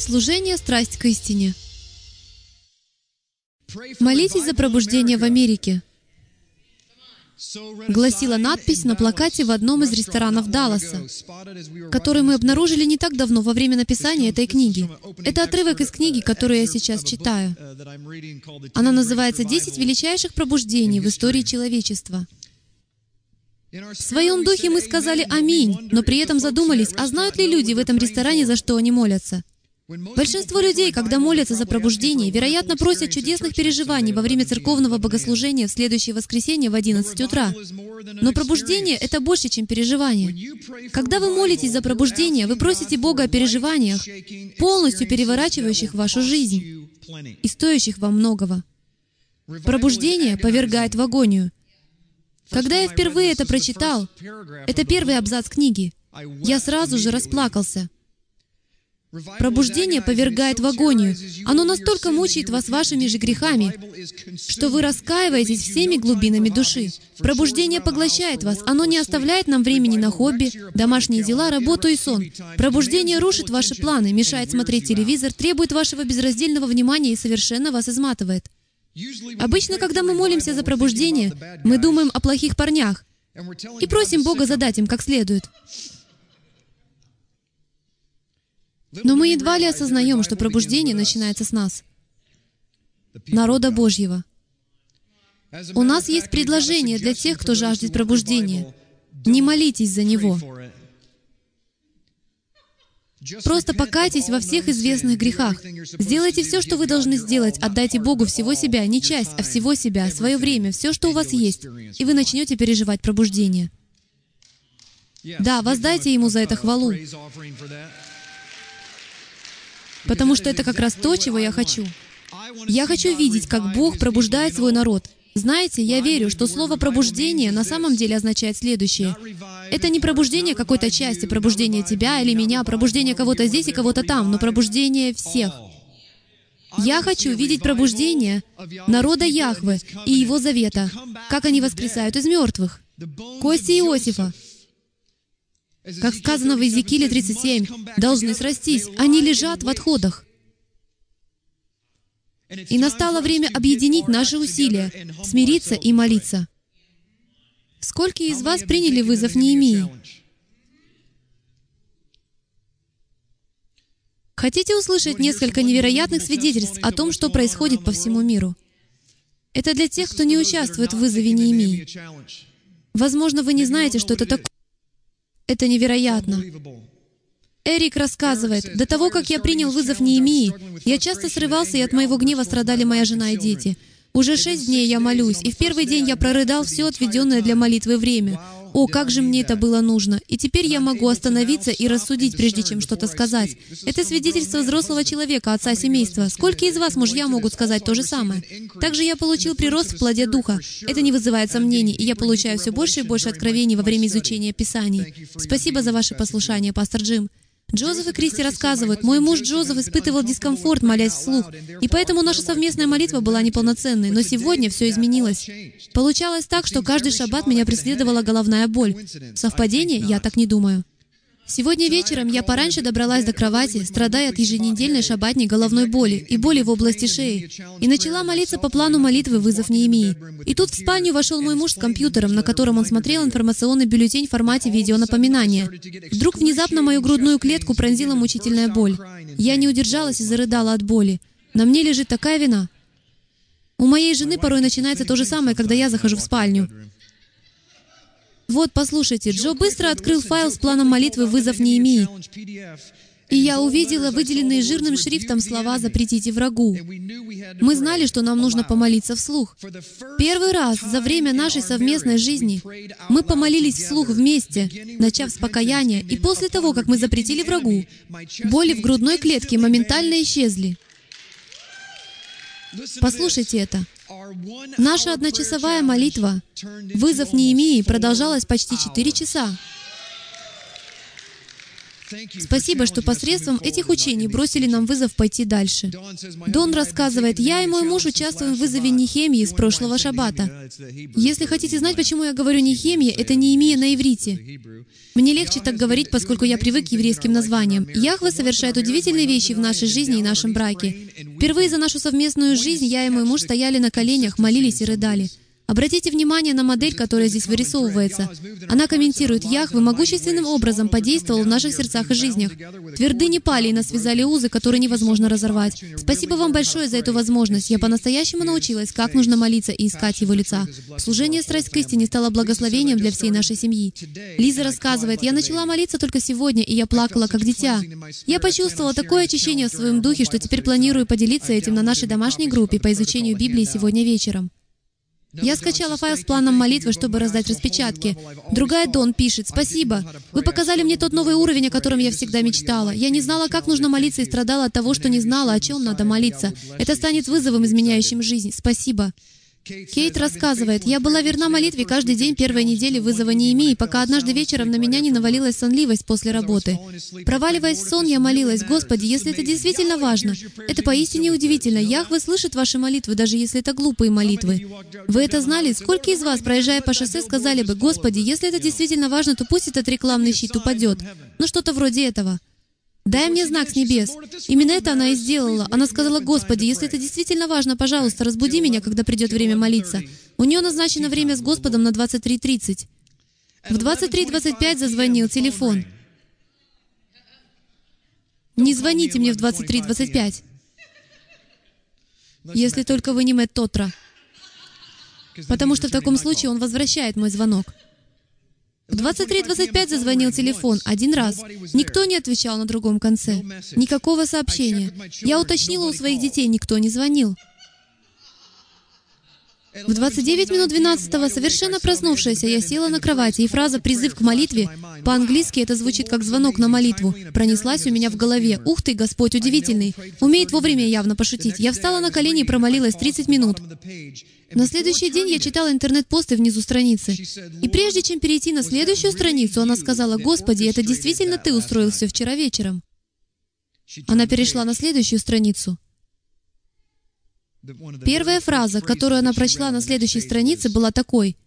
Служение «Страсть к истине». Молитесь за пробуждение в Америке, гласила надпись на плакате в одном из ресторанов Далласа, который мы обнаружили не так давно во время написания этой книги. Это отрывок из книги, которую я сейчас читаю. Она называется «10 величайших пробуждений в истории человечества». В своем духе мы сказали «Аминь», но при этом задумались, а знают ли люди в этом ресторане, за что они молятся? Большинство людей, когда молятся за пробуждение, вероятно, просят чудесных переживаний во время церковного богослужения в следующее воскресенье в 11 утра. Но пробуждение — это больше, чем переживание. Когда вы молитесь за пробуждение, вы просите Бога о переживаниях, полностью переворачивающих вашу жизнь и стоящих вам многого. Пробуждение повергает в агонию. Когда я впервые это прочитал, это первый абзац книги, я сразу же расплакался. Пробуждение повергает в агонию. Оно настолько мучает вас вашими же грехами, что вы раскаиваетесь всеми глубинами души. Пробуждение поглощает вас. Оно не оставляет нам времени на хобби, домашние дела, работу и сон. Пробуждение рушит ваши планы, мешает смотреть телевизор, требует вашего безраздельного внимания и совершенно вас изматывает. Обычно, когда мы молимся за пробуждение, мы думаем о плохих парнях и просим Бога задать им как следует. Но мы едва ли осознаем, что пробуждение начинается с нас, народа Божьего. У нас есть предложение для тех, кто жаждет пробуждения. Не молитесь за него. Просто покайтесь во всех известных грехах. Сделайте все, что вы должны сделать. Отдайте Богу всего себя, не часть, а всего себя, свое время, все, что у вас есть, и вы начнете переживать пробуждение. Да, воздайте Ему за это хвалу. Потому что это как раз то, чего я хочу. Я хочу видеть, как Бог пробуждает свой народ. Знаете, я верю, что слово «пробуждение» на самом деле означает следующее. Это не пробуждение какой-то части, пробуждение тебя или меня, пробуждение кого-то здесь и кого-то там, но пробуждение всех. Я хочу видеть пробуждение народа Яхве и Его завета, как они воскресают из мертвых. Кости Иосифа, как сказано в Иезекииле 37, должны срастись. Они лежат в отходах. И настало время объединить наши усилия, смириться и молиться. Сколько из вас приняли вызов Неемии? Хотите услышать несколько невероятных свидетельств о том, что происходит по всему миру? Это для тех, кто не участвует в вызове Неемии. Возможно, вы не знаете, что это такое. Это невероятно. Эрик рассказывает, до того, как я принял вызов Неемии, я часто срывался, и от моего гнева страдали моя жена и дети. Уже 6 дней я молюсь, и в первый день я прорыдал все отведенное для молитвы время. О, как же мне это было нужно! И теперь я могу остановиться и рассудить, прежде чем что-то сказать. Это свидетельство взрослого человека, отца семейства. Сколько из вас, мужья, могут сказать то же самое? Также я получил прирост в плоде Духа. Это не вызывает сомнений, и я получаю все больше и больше откровений во время изучения Писаний. Спасибо за ваше послушание, пастор Джим. Джозеф и Кристи рассказывают, мой муж Джозеф испытывал дискомфорт, молясь вслух, и поэтому наша совместная молитва была неполноценной, но сегодня все изменилось. Получалось так, что каждый шаббат меня преследовала головная боль. Совпадение? Я так не думаю. Сегодня вечером я пораньше добралась до кровати, страдая от еженедельной шаббатней головной боли и боли в области шеи, и начала молиться по плану молитвы «Вызов Неемии». И тут в спальню вошел мой муж с компьютером, на котором он смотрел информационный бюллетень в формате видеонапоминания. Вдруг внезапно мою грудную клетку пронзила мучительная боль. Я не удержалась и зарыдала от боли. На мне лежит такая вина. У моей жены порой начинается то же самое, когда я захожу в спальню. Вот, послушайте, Джо быстро открыл файл с планом молитвы «Вызов Неемии», и я увидела выделенные жирным шрифтом слова «Запретите врагу». Мы знали, что нам нужно помолиться вслух. Первый раз за время нашей совместной жизни мы помолились вслух вместе, начав с покаяния, и после того, как мы запретили врагу, боли в грудной клетке моментально исчезли. Послушайте это. Наша одночасовая молитва «Вызов Неемии» продолжалась почти 4 часа. Спасибо, что посредством этих учений бросили нам вызов пойти дальше. Дон рассказывает, «Я и мой муж участвуем в вызове Нехемии с прошлого шаббата». Если хотите знать, почему я говорю Нехемия, это Неемия на иврите. Мне легче так говорить, поскольку я привык к еврейским названиям. Яхве совершает удивительные вещи в нашей жизни и нашем браке. Впервые за нашу совместную жизнь я и мой муж стояли на коленях, молились и рыдали. Обратите внимание на модель, которая здесь вырисовывается. Она комментирует, Яхве могущественным образом подействовал в наших сердцах и жизнях. Твердыни пали, и нас связали узы, которые невозможно разорвать. Спасибо вам большое за эту возможность. Я по-настоящему научилась, как нужно молиться и искать Его лица. Служение «Страсть к истине» стало благословением для всей нашей семьи. Лиза рассказывает, я начала молиться только сегодня, и я плакала, как дитя. Я почувствовала такое очищение в своем духе, что теперь планирую поделиться этим на нашей домашней группе по изучению Библии сегодня вечером. Я скачала файл с планом молитвы, чтобы раздать распечатки. Другая Дон пишет, «Спасибо. Вы показали мне тот новый уровень, о котором я всегда мечтала. Я не знала, как нужно молиться, и страдала от того, что не знала, о чем надо молиться. Это станет вызовом, изменяющим жизнь. Спасибо». Кейт рассказывает, «Я была верна молитве каждый день первой недели вызова Неемии, пока однажды вечером на меня не навалилась сонливость после работы. Проваливаясь в сон, я молилась, Господи, если это действительно важно. Это поистине удивительно. Яхве слышит ваши молитвы, даже если это глупые молитвы. Вы это знали? Сколько из вас, проезжая по шоссе, сказали бы, Господи, если это действительно важно, то пусть этот рекламный щит упадет. Ну, что-то вроде этого. Дай мне знак с небес. Именно это она и сделала. Она сказала, Господи, если это действительно важно, пожалуйста, разбуди меня, когда придет время молиться. У нее назначено время с Господом на 23:30. В 23:25 зазвонил телефон. Не звоните мне в 23:25. Если только вы не Мэтт Тотра. Потому что в таком случае он возвращает мой звонок. В 23:25 зазвонил телефон один раз. Никто не отвечал на другом конце. Никакого сообщения. Я уточнила у своих детей, никто не звонил. В 29 минут 12-го, совершенно проснувшаяся, я села на кровати, и фраза «призыв к молитве», по-английски это звучит как звонок на молитву, пронеслась у меня в голове. «Ух ты, Господь удивительный! Умеет вовремя явно пошутить». Я встала на колени и промолилась 30 минут. На следующий день я читала интернет-посты внизу страницы. И прежде чем перейти на следующую страницу, она сказала, «Господи, это действительно Ты устроил все вчера вечером». Она перешла на следующую страницу. Первая фраза, которую она прочла на следующей странице, была такой: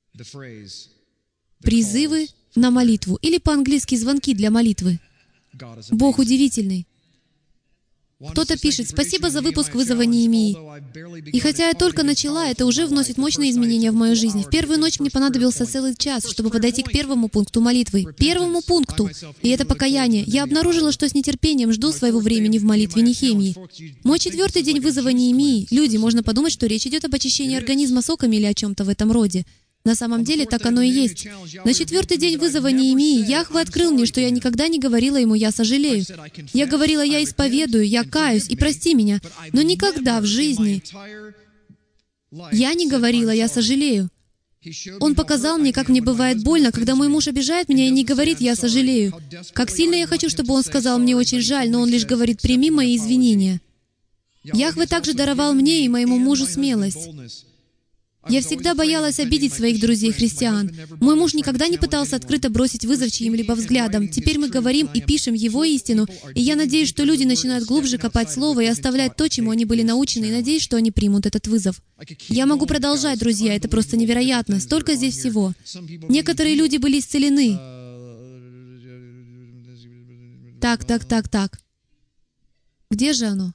«Призывы на молитву», или по-английски «звонки для молитвы». Бог удивительный. Кто-то пишет, «Спасибо за выпуск вызова Неемии». И хотя я только начала, это уже вносит мощные изменения в мою жизнь. В первую ночь мне понадобился целый час, чтобы подойти к первому пункту молитвы. Первому пункту. И это покаяние. Я обнаружила, что с нетерпением жду своего времени в молитве Нехемии. Мой 4-й день вызова Неемии. Люди, можно подумать, что речь идет об очищении организма соками или о чем-то в этом роде. На самом деле, так оно и есть. На 4-й день вызова Неемии Яхве открыл мне, что я никогда не говорила ему «я сожалею». Я говорила «я исповедую», «я каюсь» и «прости меня». Но никогда в жизни я не говорила «я сожалею». Он показал мне, как мне бывает больно, когда мой муж обижает меня и не говорит «я сожалею». Как сильно я хочу, чтобы он сказал «мне очень жаль», но он лишь говорит «прими мои извинения». Яхве также даровал мне и моему мужу смелость. Я всегда боялась обидеть своих друзей-христиан. Мой муж никогда не пытался открыто бросить вызов чьим-либо взглядам. Теперь мы говорим и пишем Его истину, и я надеюсь, что люди начинают глубже копать Слово и оставлять то, чему они были научены, и надеюсь, что они примут этот вызов. Я могу продолжать, друзья, это просто невероятно. Столько здесь всего. Некоторые люди были исцелены. Так. Где же оно?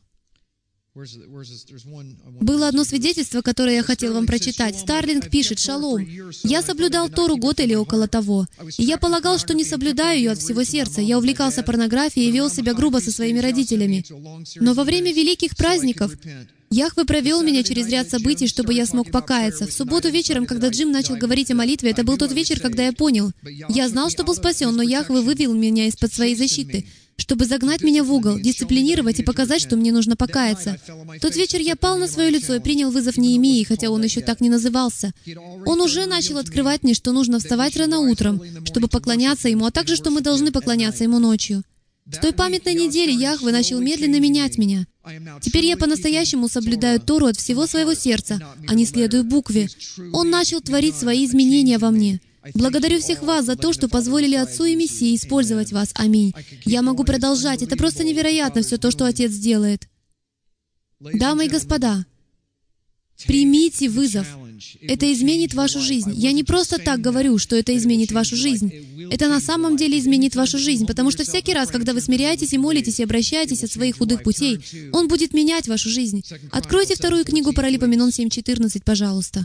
Было одно свидетельство, которое я хотел вам прочитать. Старлинг пишет: «Шалом. Я соблюдал Тору год или около того. И я полагал, что не соблюдаю ее от всего сердца. Я увлекался порнографией и вел себя грубо со своими родителями. Но во время великих праздников Яхве провел меня через ряд событий, чтобы я смог покаяться. В субботу вечером, когда Джим начал говорить о молитве, это был тот вечер, когда я понял. Я знал, что был спасен, но Яхве вывел меня из-под своей защиты, чтобы загнать меня в угол, дисциплинировать и показать, что мне нужно покаяться. В тот вечер я пал на свое лицо и принял вызов Неемии, хотя он еще так не назывался. Он уже начал открывать мне, что нужно вставать рано утром, чтобы поклоняться Ему, а также, что мы должны поклоняться Ему ночью. С той памятной недели Яхве начал медленно менять меня. Теперь я по-настоящему соблюдаю Тору от всего своего сердца, а не следую букве. Он начал творить свои изменения во мне. Благодарю всех вас за то, что позволили Отцу и Мессии использовать вас. Аминь. Я могу продолжать. Это просто невероятно, все то, что Отец делает. Дамы и господа, примите вызов. Это изменит вашу жизнь. Я не просто так говорю, что это изменит вашу жизнь. Это на самом деле изменит вашу жизнь, потому что всякий раз, когда вы смиряетесь и молитесь и обращаетесь от своих худых путей, Он будет менять вашу жизнь. Откройте вторую книгу Паралипоменон 7:14, пожалуйста.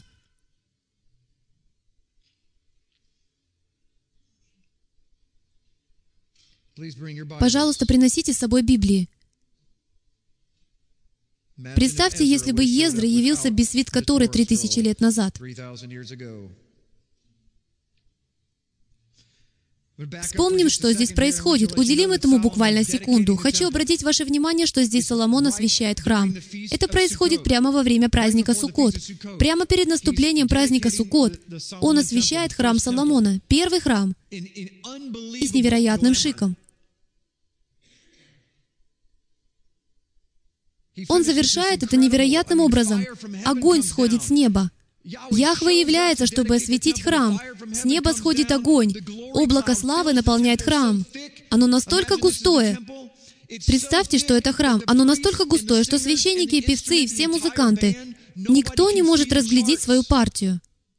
Пожалуйста, приносите с собой Библии. Представьте, если бы Ездра явился без свитка Торы 3000 лет назад. Вспомним, что здесь происходит. Уделим этому буквально секунду. Хочу обратить ваше внимание, что здесь Соломон освящает храм. Это происходит прямо во время праздника Суккот. Прямо перед наступлением праздника Суккот он освящает храм Соломона, первый храм, и с невероятным шиком. Он завершает это невероятным образом. Огонь сходит с неба. Яхве является, чтобы осветить храм. С неба сходит огонь. Облако славы наполняет храм. Оно настолько густое. Представьте, что это храм. Оно настолько густое, что священники, и певцы, и все музыканты, никто не может разглядеть свою партию.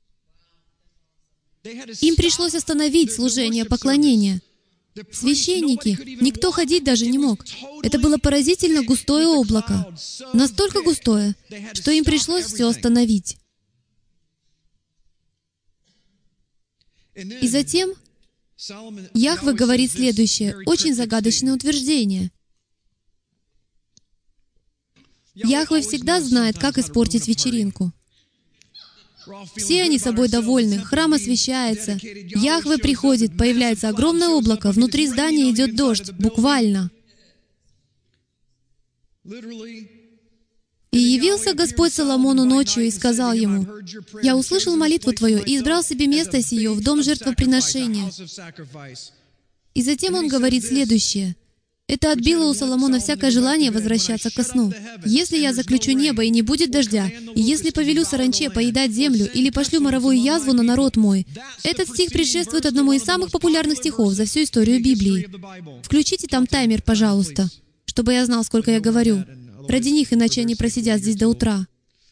Им пришлось остановить служение поклонения. Священники, никто ходить даже не мог. Это было поразительно густое облако. Настолько густое, что им пришлось все остановить. И затем Яхве говорит следующее, очень загадочное утверждение. Яхве всегда знает, как испортить вечеринку. Все они собой довольны, храм освящается, Яхве приходит, появляется огромное облако, внутри здания идет дождь, буквально. И явился Господь Соломону ночью и сказал ему, «Я услышал молитву твою и избрал себе место сие в дом жертвоприношения». И затем он говорит следующее. Это отбило у Соломона всякое желание возвращаться ко сну. «Если я заключу небо, и не будет дождя, и если повелю саранче поедать землю, или пошлю моровую язву на народ мой». Этот стих предшествует одному из самых популярных стихов за всю историю Библии. Включите там таймер, пожалуйста, чтобы я знал, сколько я говорю. Ради них, иначе они просидят здесь до утра.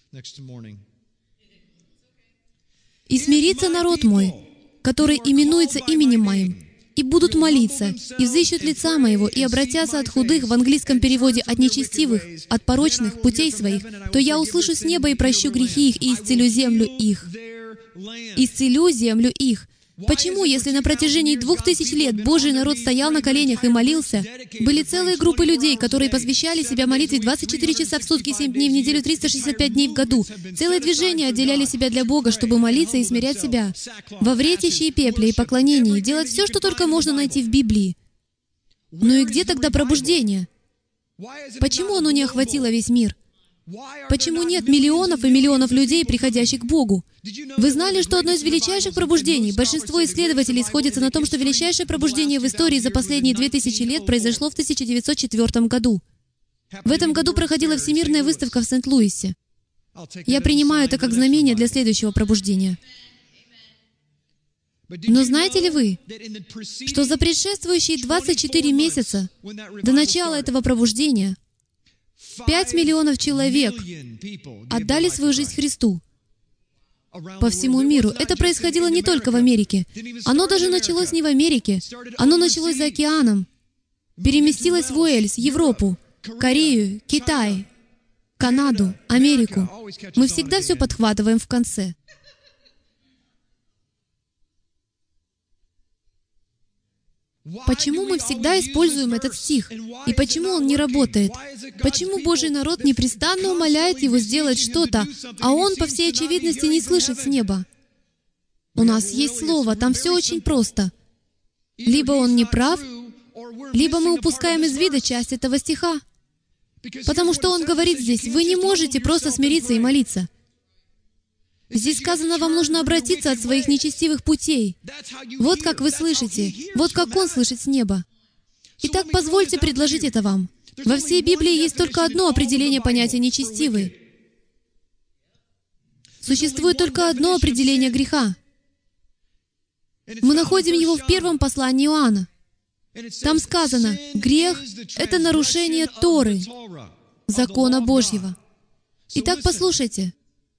«И смирится народ мой, который именуется именем моим, и будут молиться, и взыщут лица моего, и обратятся от худых, в английском переводе от нечестивых, от порочных путей своих, то я услышу с неба и прощу грехи их, и исцелю землю их». Исцелю землю их. Почему, если на протяжении 2000 лет Божий народ стоял на коленях и молился, были целые группы людей, которые посвящали себя молитве 24 часа в сутки, 7 дней в неделю, 365 дней в году. Целые движения отделяли себя для Бога, чтобы молиться и смирять себя во вретище и пепле и поклонении, делать все, что только можно найти в Библии. Ну и где тогда пробуждение? Почему оно не охватило весь мир? Почему нет миллионов и миллионов людей, приходящих к Богу? Вы знали, что одно из величайших пробуждений, большинство исследователей сходятся на том, что величайшее пробуждение в истории за последние 2000 лет произошло в 1904 году. В этом году проходила Всемирная выставка в Сент-Луисе. Я принимаю это как знамение для следующего пробуждения. Но знаете ли вы, что за предшествующие 24 месяца до начала этого пробуждения 5 миллионов человек отдали свою жизнь Христу по всему миру. Это происходило не только в Америке. Оно даже началось не в Америке. Оно началось за океаном. Переместилось в Уэльс, Европу, Корею, Китай, Канаду, Америку. Мы всегда все подхватываем в конце. Почему мы всегда используем этот стих? И почему он не работает? Почему Божий народ непрестанно умоляет Его сделать что-то, а Он, по всей очевидности, не слышит с неба? У нас есть Слово, там все очень просто. Либо Он не прав, либо мы упускаем из вида часть этого стиха. Потому что Он говорит здесь, вы не можете просто смириться и молиться. Здесь сказано, вам нужно обратиться от своих нечестивых путей. Вот как вы слышите, вот как Он слышит с неба. Итак, позвольте предложить это вам. Во всей Библии есть только одно определение понятия «нечестивый». Существует только одно определение греха. Мы находим его в первом послании Иоанна. Там сказано, грех — это нарушение Торы, закона Божьего. Итак, послушайте.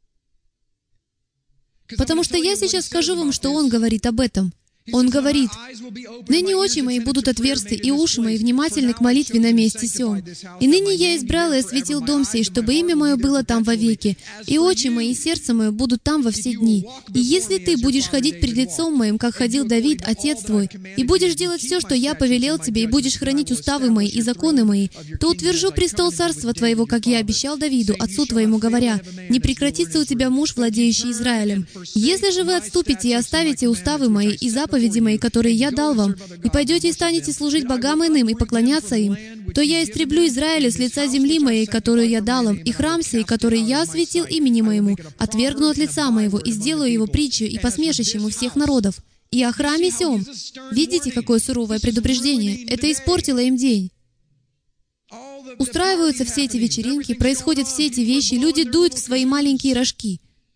Потому что я сейчас скажу вам, что он говорит об этом. Он говорит, «Ныне очи мои будут отверсты, и уши мои внимательны к молитве на месте сем. И ныне я избрал и осветил дом сей, чтобы имя мое было там вовеки, и очи мои и сердце мое будут там во все дни. И если ты будешь ходить пред лицом моим, как ходил Давид, отец твой, и будешь делать все, что я повелел тебе, и будешь хранить уставы мои и законы мои, то утвержу престол царства твоего, как я обещал Давиду, отцу твоему, говоря, не прекратится у тебя муж, владеющий Израилем. Если же вы отступите и оставите уставы мои и заповеди мои, которые я дал вам, и пойдете и станете служить богам иным и поклоняться им, то я истреблю Израиля с лица земли моей, которую я дал им, и храм сей, который я осветил имени моему, отвергну от лица моего, и сделаю его притчей и посмешищем у всех народов. И о храме сем». Видите, какое суровое предупреждение? Это испортило им день. Устраиваются все эти вечеринки, происходят все эти вещи, люди дуют в свои маленькие рожки.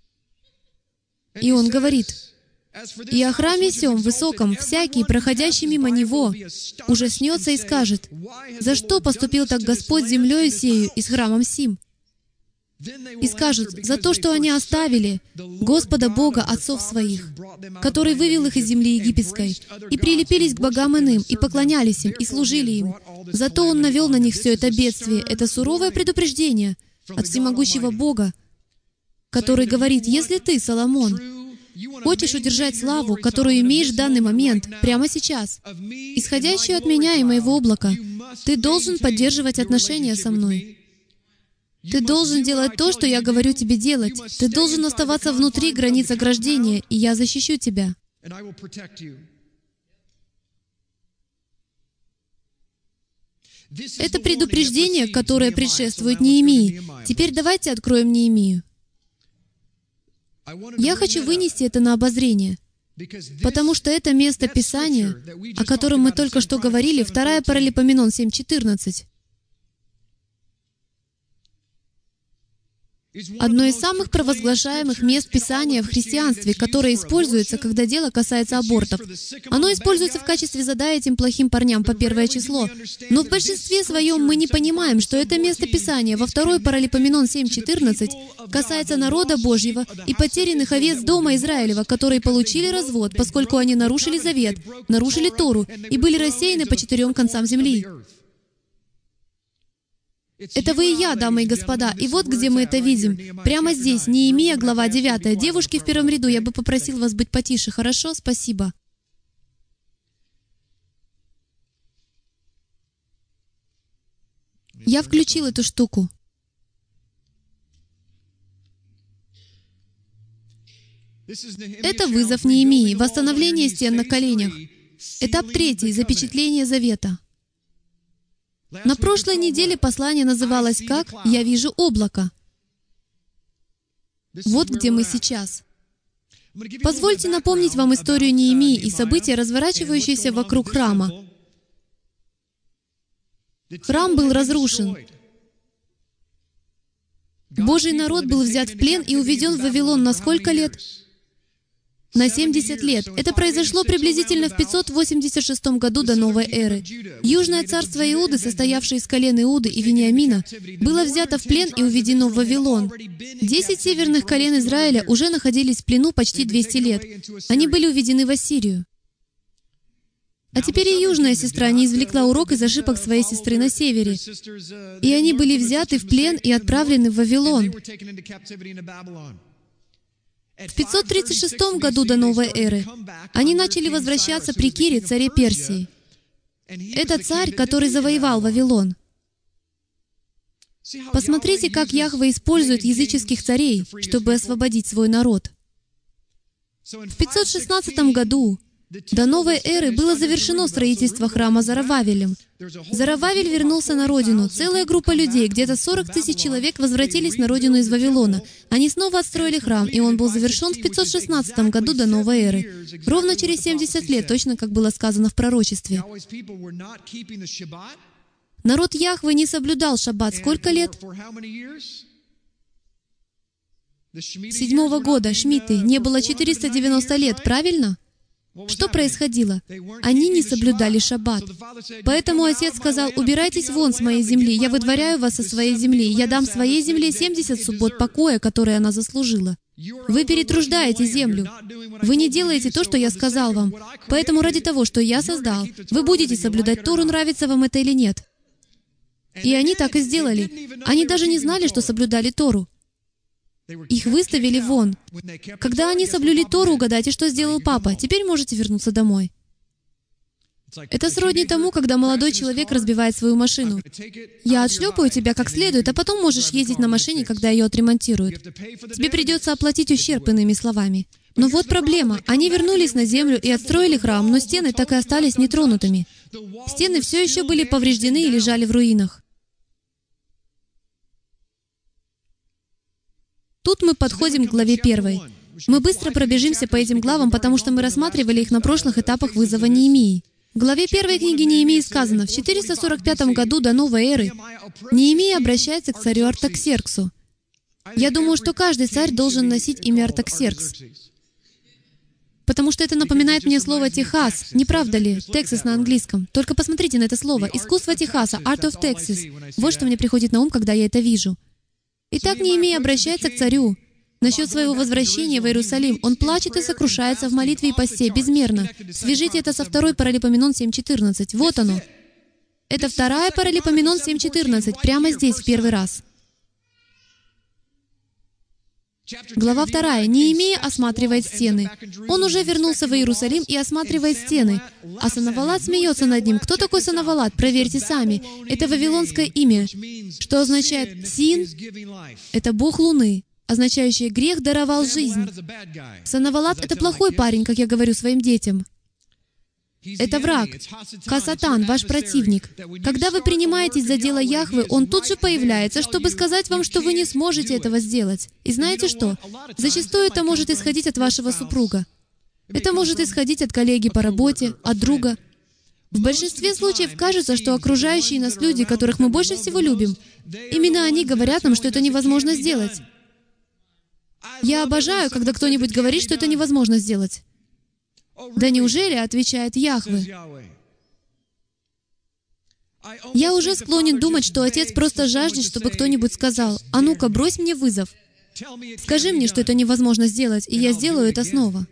И он говорит, «И о храме сем высоком всякий, проходящий мимо него, ужаснется и скажет, за что поступил так Господь землею сею и с храмом сим? И скажут, за то, что они оставили Господа Бога отцов своих, который вывел их из земли египетской, и прилепились к богам иным, и поклонялись им, и служили им. Зато Он навел на них все это бедствие, это суровое предупреждение от всемогущего Бога, который говорит, если ты, Соломон, хочешь удержать славу, которую имеешь в данный момент, прямо сейчас, исходящую от меня и моего облака, ты должен поддерживать отношения со мной. Ты должен делать то, что я говорю тебе делать. Ты должен оставаться внутри границ ограждения, и я защищу тебя. Это предупреждение, которое предшествует Неемии. Теперь давайте откроем Неемию. Я хочу вынести это на обозрение, потому что это место Писания, о котором мы только что говорили, 2 Паралипоменон 7:14. Одно из самых провозглашаемых мест Писания в христианстве, которое используется, когда дело касается абортов. Оно используется в качестве задания этим плохим парням по 1 число. Но в большинстве своем мы не понимаем, что это место Писания во 2 Паралипоменон 7:14 касается народа Божьего и потерянных овец дома Израилева, которые получили развод, поскольку они нарушили завет, нарушили Тору и были рассеяны по 4 концам земли. Это вы и я, дамы и господа. И вот где мы это видим. Прямо здесь, Неемия, глава 9. Девушки в первом ряду, я бы попросил вас быть потише, хорошо? Спасибо. Я включил эту штуку. Это вызов Неемии, восстановление стен на коленях. Этап 3. Запечатление завета. На прошлой неделе послание называлось как «Я вижу облако». Вот где мы сейчас. Позвольте напомнить вам историю Неемии и события, разворачивающиеся вокруг храма. Храм был разрушен. Божий народ был взят в плен и уведен в Вавилон на сколько лет? На 70 лет. Это произошло приблизительно в 586 году до новой эры. Южное царство Иуды, состоявшее из колен Иуды и Вениамина, было взято в плен и уведено в Вавилон. 10 северных колен Израиля уже находились в плену почти 200 лет. Они были уведены в Ассирию. А теперь и южная сестра не извлекла урок из ошибок своей сестры на севере. И они были взяты в плен и отправлены в Вавилон. В 536 году до новой эры они начали возвращаться при Кире, царе Персии. Это царь, который завоевал Вавилон. Посмотрите, как Яхве использует языческих царей, чтобы освободить свой народ. В 516 году до новой эры было завершено строительство храма Зоровавелем. Зоровавель вернулся на родину. Целая группа людей, где-то 40 тысяч человек, возвратились на родину из Вавилона. Они снова отстроили храм, и он был завершен в 516 году до новой эры. Ровно через 70 лет, точно как было сказано в пророчестве. Народ Яхве не соблюдал шаббат. Сколько лет? 7-го года, Шмиты, не было 490 лет, правильно? Что происходило? Они не соблюдали шаббат. Поэтому отец сказал: «Убирайтесь вон с моей земли, я выдворяю вас со своей земли, я дам своей земле 70 суббот покоя, которые она заслужила». Вы перетруждаете землю. Вы не делаете то, что я сказал вам. Поэтому ради того, что я создал, вы будете соблюдать Тору, нравится вам это или нет. И они так и сделали. Они даже не знали, что соблюдали Тору. Их выставили вон. Когда они соблюли Тору, угадайте, что сделал папа. Теперь можете вернуться домой. Это сродни тому, когда молодой человек разбивает свою машину. Я отшлепаю тебя как следует, а потом можешь ездить на машине, когда ее отремонтируют. Тебе придется оплатить ущерб, иными словами. Но вот проблема. Они вернулись на землю и отстроили храм, но стены так и остались нетронутыми. Стены все еще были повреждены и лежали в руинах. Тут мы подходим к главе 1. Мы быстро пробежимся по этим главам, потому что мы рассматривали их на прошлых этапах вызова Неемии. В главе 1 книги Неемии сказано: в 445 году до новой эры Неемия обращается к царю Артаксерксу. Я думаю, что каждый царь должен носить имя Артаксеркс, потому что это напоминает мне слово «Техас». Не правда ли? «Texas» на английском. Только посмотрите на это слово. Искусство Техаса, Art of Texas. Вот что мне приходит на ум, когда я это вижу. Итак, Неемия обращается к царю насчет своего возвращения в Иерусалим. Он плачет и сокрушается в молитве и посте безмерно. Свяжите это со 2 Паралипоменон 7:14. Вот оно. Это 2 Паралипоменон 7:14. Прямо здесь, в первый раз. Глава 2. Неемия осматривает стены. Он уже вернулся в Иерусалим и осматривает стены. А Санавалат смеется над ним. Кто такой Санавалат? Проверьте сами. Это вавилонское имя, что означает «Син» — это бог Луны, означающее «грех даровал жизнь». Санавалат — это плохой парень, как я говорю своим детям. Это враг. Хасатан, ваш противник. Когда вы принимаетесь за дело Яхвы, он тут же появляется, чтобы сказать вам, что вы не сможете этого сделать. И знаете что? Зачастую это может исходить от вашего супруга. Это может исходить от коллеги по работе, от друга. В большинстве случаев кажется, что окружающие нас люди, которых мы больше всего любим, именно они говорят нам, что это невозможно сделать. Я обожаю, когда кто-нибудь говорит, что это невозможно сделать. «Да неужели?» — отвечает Яхве. Я уже склонен думать, что Отец просто жаждет, чтобы кто-нибудь сказал: «А ну-ка, брось мне вызов. Скажи мне, что это невозможно сделать, и я сделаю это снова».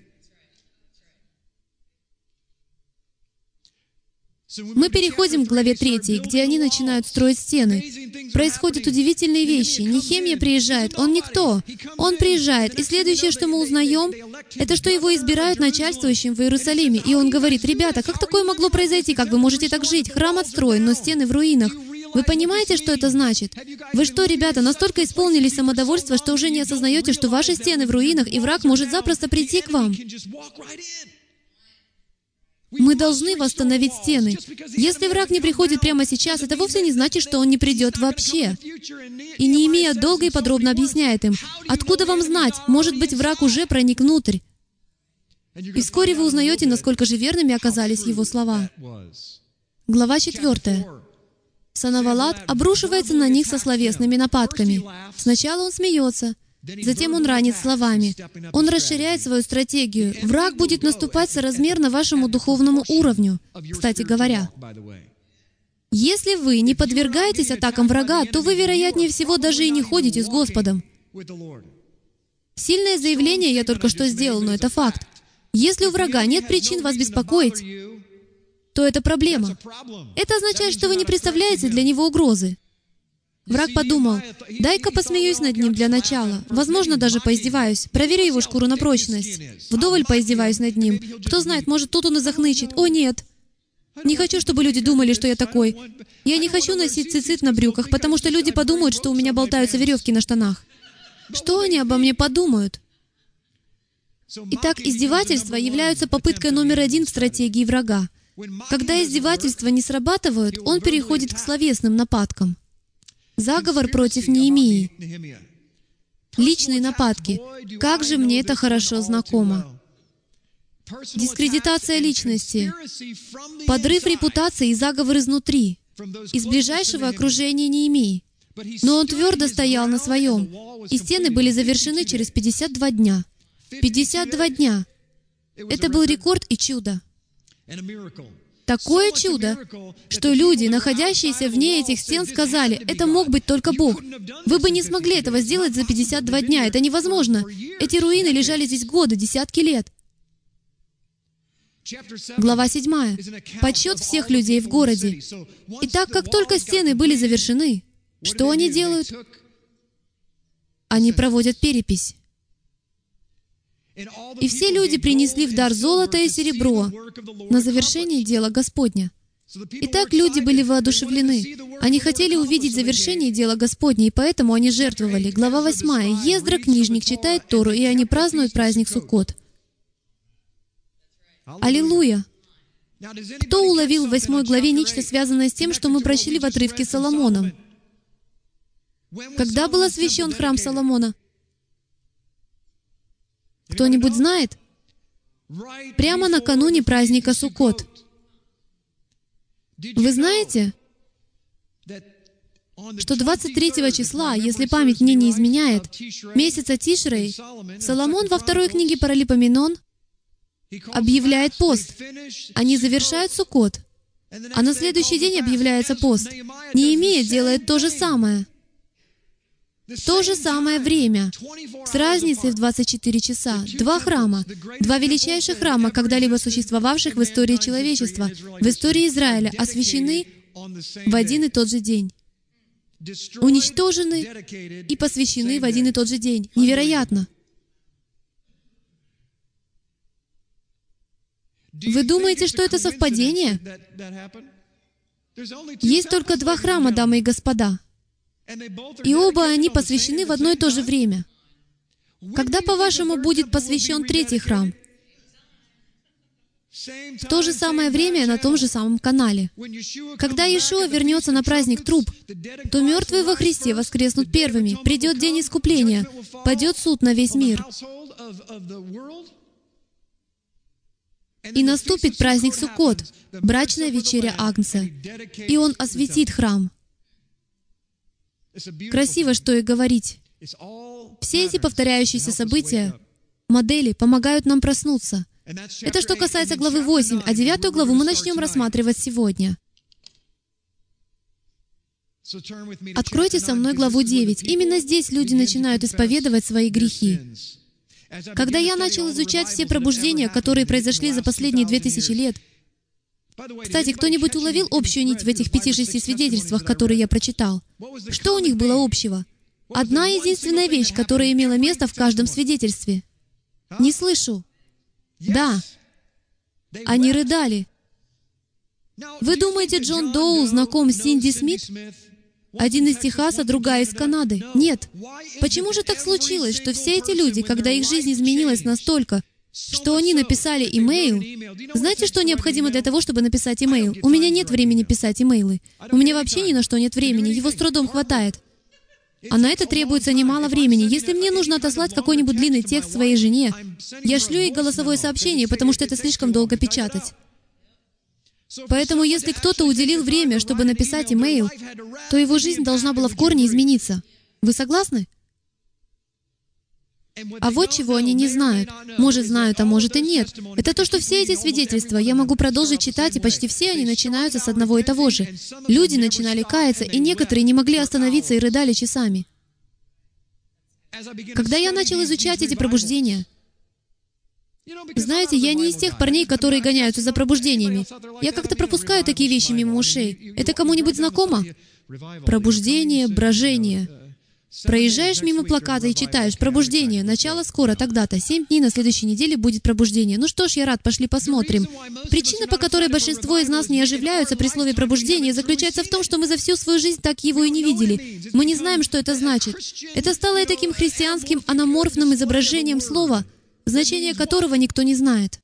Мы переходим к главе 3, где они начинают строить стены. Происходят удивительные вещи. Нехемия приезжает, он никто. Он приезжает, и следующее, что мы узнаем, это что его избирают начальствующим в Иерусалиме. И он говорит: «Ребята, как такое могло произойти? Как вы можете так жить? Храм отстроен, но стены в руинах». Вы понимаете, что это значит? Вы что, ребята, настолько исполнились самодовольства, что уже не осознаете, что ваши стены в руинах, и враг может запросто прийти к вам? Мы должны восстановить стены. Если враг не приходит прямо сейчас, это вовсе не значит, что он не придет вообще. И Неемия долго и подробно объясняет им: откуда вам знать? Может быть, враг уже проник внутрь. И вскоре вы узнаете, насколько же верными оказались его слова. Глава 4. Санавалат обрушивается на них со словесными нападками. Сначала он смеется, затем он ранит словами. Он расширяет свою стратегию. Враг будет наступать соразмерно вашему духовному уровню. Кстати говоря, если вы не подвергаетесь атакам врага, то вы, вероятнее всего, даже и не ходите с Господом. Сильное заявление я только что сделал, но это факт. Если у врага нет причин вас беспокоить, то это проблема. Это означает, что вы не представляете для него угрозы. Враг подумал: дай-ка посмеюсь над ним для начала. Возможно, даже поиздеваюсь. Проверю его шкуру на прочность. Вдоволь поиздеваюсь над ним. Кто знает, может, тут он и захнычет. О, нет! Не хочу, чтобы люди думали, что я такой. Я не хочу носить цицит на брюках, потому что люди подумают, что у меня болтаются веревки на штанах. Что они обо мне подумают? Итак, издевательства являются попыткой номер 1 в стратегии врага. Когда издевательства не срабатывают, он переходит к словесным нападкам. Заговор против Неемии. Личные нападки. Как же мне это хорошо знакомо. Дискредитация личности. Подрыв репутации и заговор изнутри, из ближайшего окружения Неемии. Но он твердо стоял на своем, и стены были завершены через 52 дня. 52 дня. Это был рекорд и чудо. Такое чудо, что люди, находящиеся вне этих стен, сказали, это мог быть только Бог. Вы бы не смогли этого сделать за 52 дня. Это невозможно. Эти руины лежали здесь годы, десятки лет. Глава 7. Подсчет всех людей в городе. Итак, как только стены были завершены, что они делают? Они проводят перепись. И все люди принесли в дар золото и серебро на завершение дела Господня. Итак, люди были воодушевлены. Они хотели увидеть завершение дела Господня, и поэтому они жертвовали. Глава 8. Ездра, книжник, читает Тору, и они празднуют праздник Суккот. Аллилуйя! Кто уловил в 8 главе нечто, связанное с тем, что мы прочли в отрывке с Соломоном? Когда был освящен храм Соломона? Кто-нибудь знает? Прямо накануне праздника Суккот. Вы знаете, что 23 числа, если память мне не изменяет, месяца Тишрей, Соломон во второй книге Паралипоменон объявляет пост. Они завершают Суккот, а на следующий день объявляется пост. Неемия делает то же самое. В то же самое время, с разницей в 24 часа, два храма, два величайших храма, когда-либо существовавших в истории человечества, в истории Израиля, освящены в один и тот же день. Уничтожены и посвящены в один и тот же день. Невероятно! Вы думаете, что это совпадение? Есть только два храма, дамы и господа. И оба они посвящены в одно и то же время. Когда, по-вашему, будет посвящен третий храм? В то же самое время на том же самом канале. Когда Иешуа вернется на праздник труп, то мертвые во Христе воскреснут первыми. Придет день искупления, падет суд на весь мир. И наступит праздник Суккот, брачная вечеря Агнца, и Он осветит храм. Красиво, что и говорить. Все эти повторяющиеся события, модели, помогают нам проснуться. Это что касается главы 8, а 9 главу мы начнем рассматривать сегодня. Откройте со мной главу 9. Именно здесь люди начинают исповедовать свои грехи. Когда я начал изучать все пробуждения, которые произошли за последние 2000 лет, кстати, кто-нибудь уловил общую нить в этих 5-6 свидетельствах, которые я прочитал? Что у них было общего? Одна единственная вещь, которая имела место в каждом свидетельстве. Не слышу. Да. Они рыдали. Вы думаете, Джон Доул знаком с Синди Смит? Один из Техаса, другая из Канады. Нет. Почему же так случилось, что все эти люди, когда их жизнь изменилась настолько, что они написали имейл? Знаете, что необходимо для того, чтобы написать имейл? У меня нет времени писать имейлы. У меня вообще ни на что нет времени, его с трудом хватает. А на это требуется немало времени. Если мне нужно отослать какой-нибудь длинный текст своей жене, я шлю ей голосовое сообщение, потому что это слишком долго печатать. Поэтому, если кто-то уделил время, чтобы написать имейл, то его жизнь должна была в корне измениться. Вы согласны? А вот чего они не знают. Может, знают, а может и нет. Это то, что все эти свидетельства, я могу продолжить читать, и почти все они начинаются с одного и того же. Люди начинали каяться, и некоторые не могли остановиться и рыдали часами. Когда я начал изучать эти пробуждения, знаете, я не из тех парней, которые гоняются за пробуждениями. Я как-то пропускаю такие вещи мимо ушей. Это кому-нибудь знакомо? Пробуждение, брожение. Проезжаешь мимо плаката и читаешь «Пробуждение», начало скоро, тогда-то, 7 дней на следующей неделе будет пробуждение. Ну что ж, я рад, пошли посмотрим. Причина, по которой большинство из нас не оживляются при слове «пробуждение», заключается в том, что мы за всю свою жизнь так его и не видели. Мы не знаем, что это значит. Это стало и таким христианским аноморфным изображением слова, значение которого никто не знает.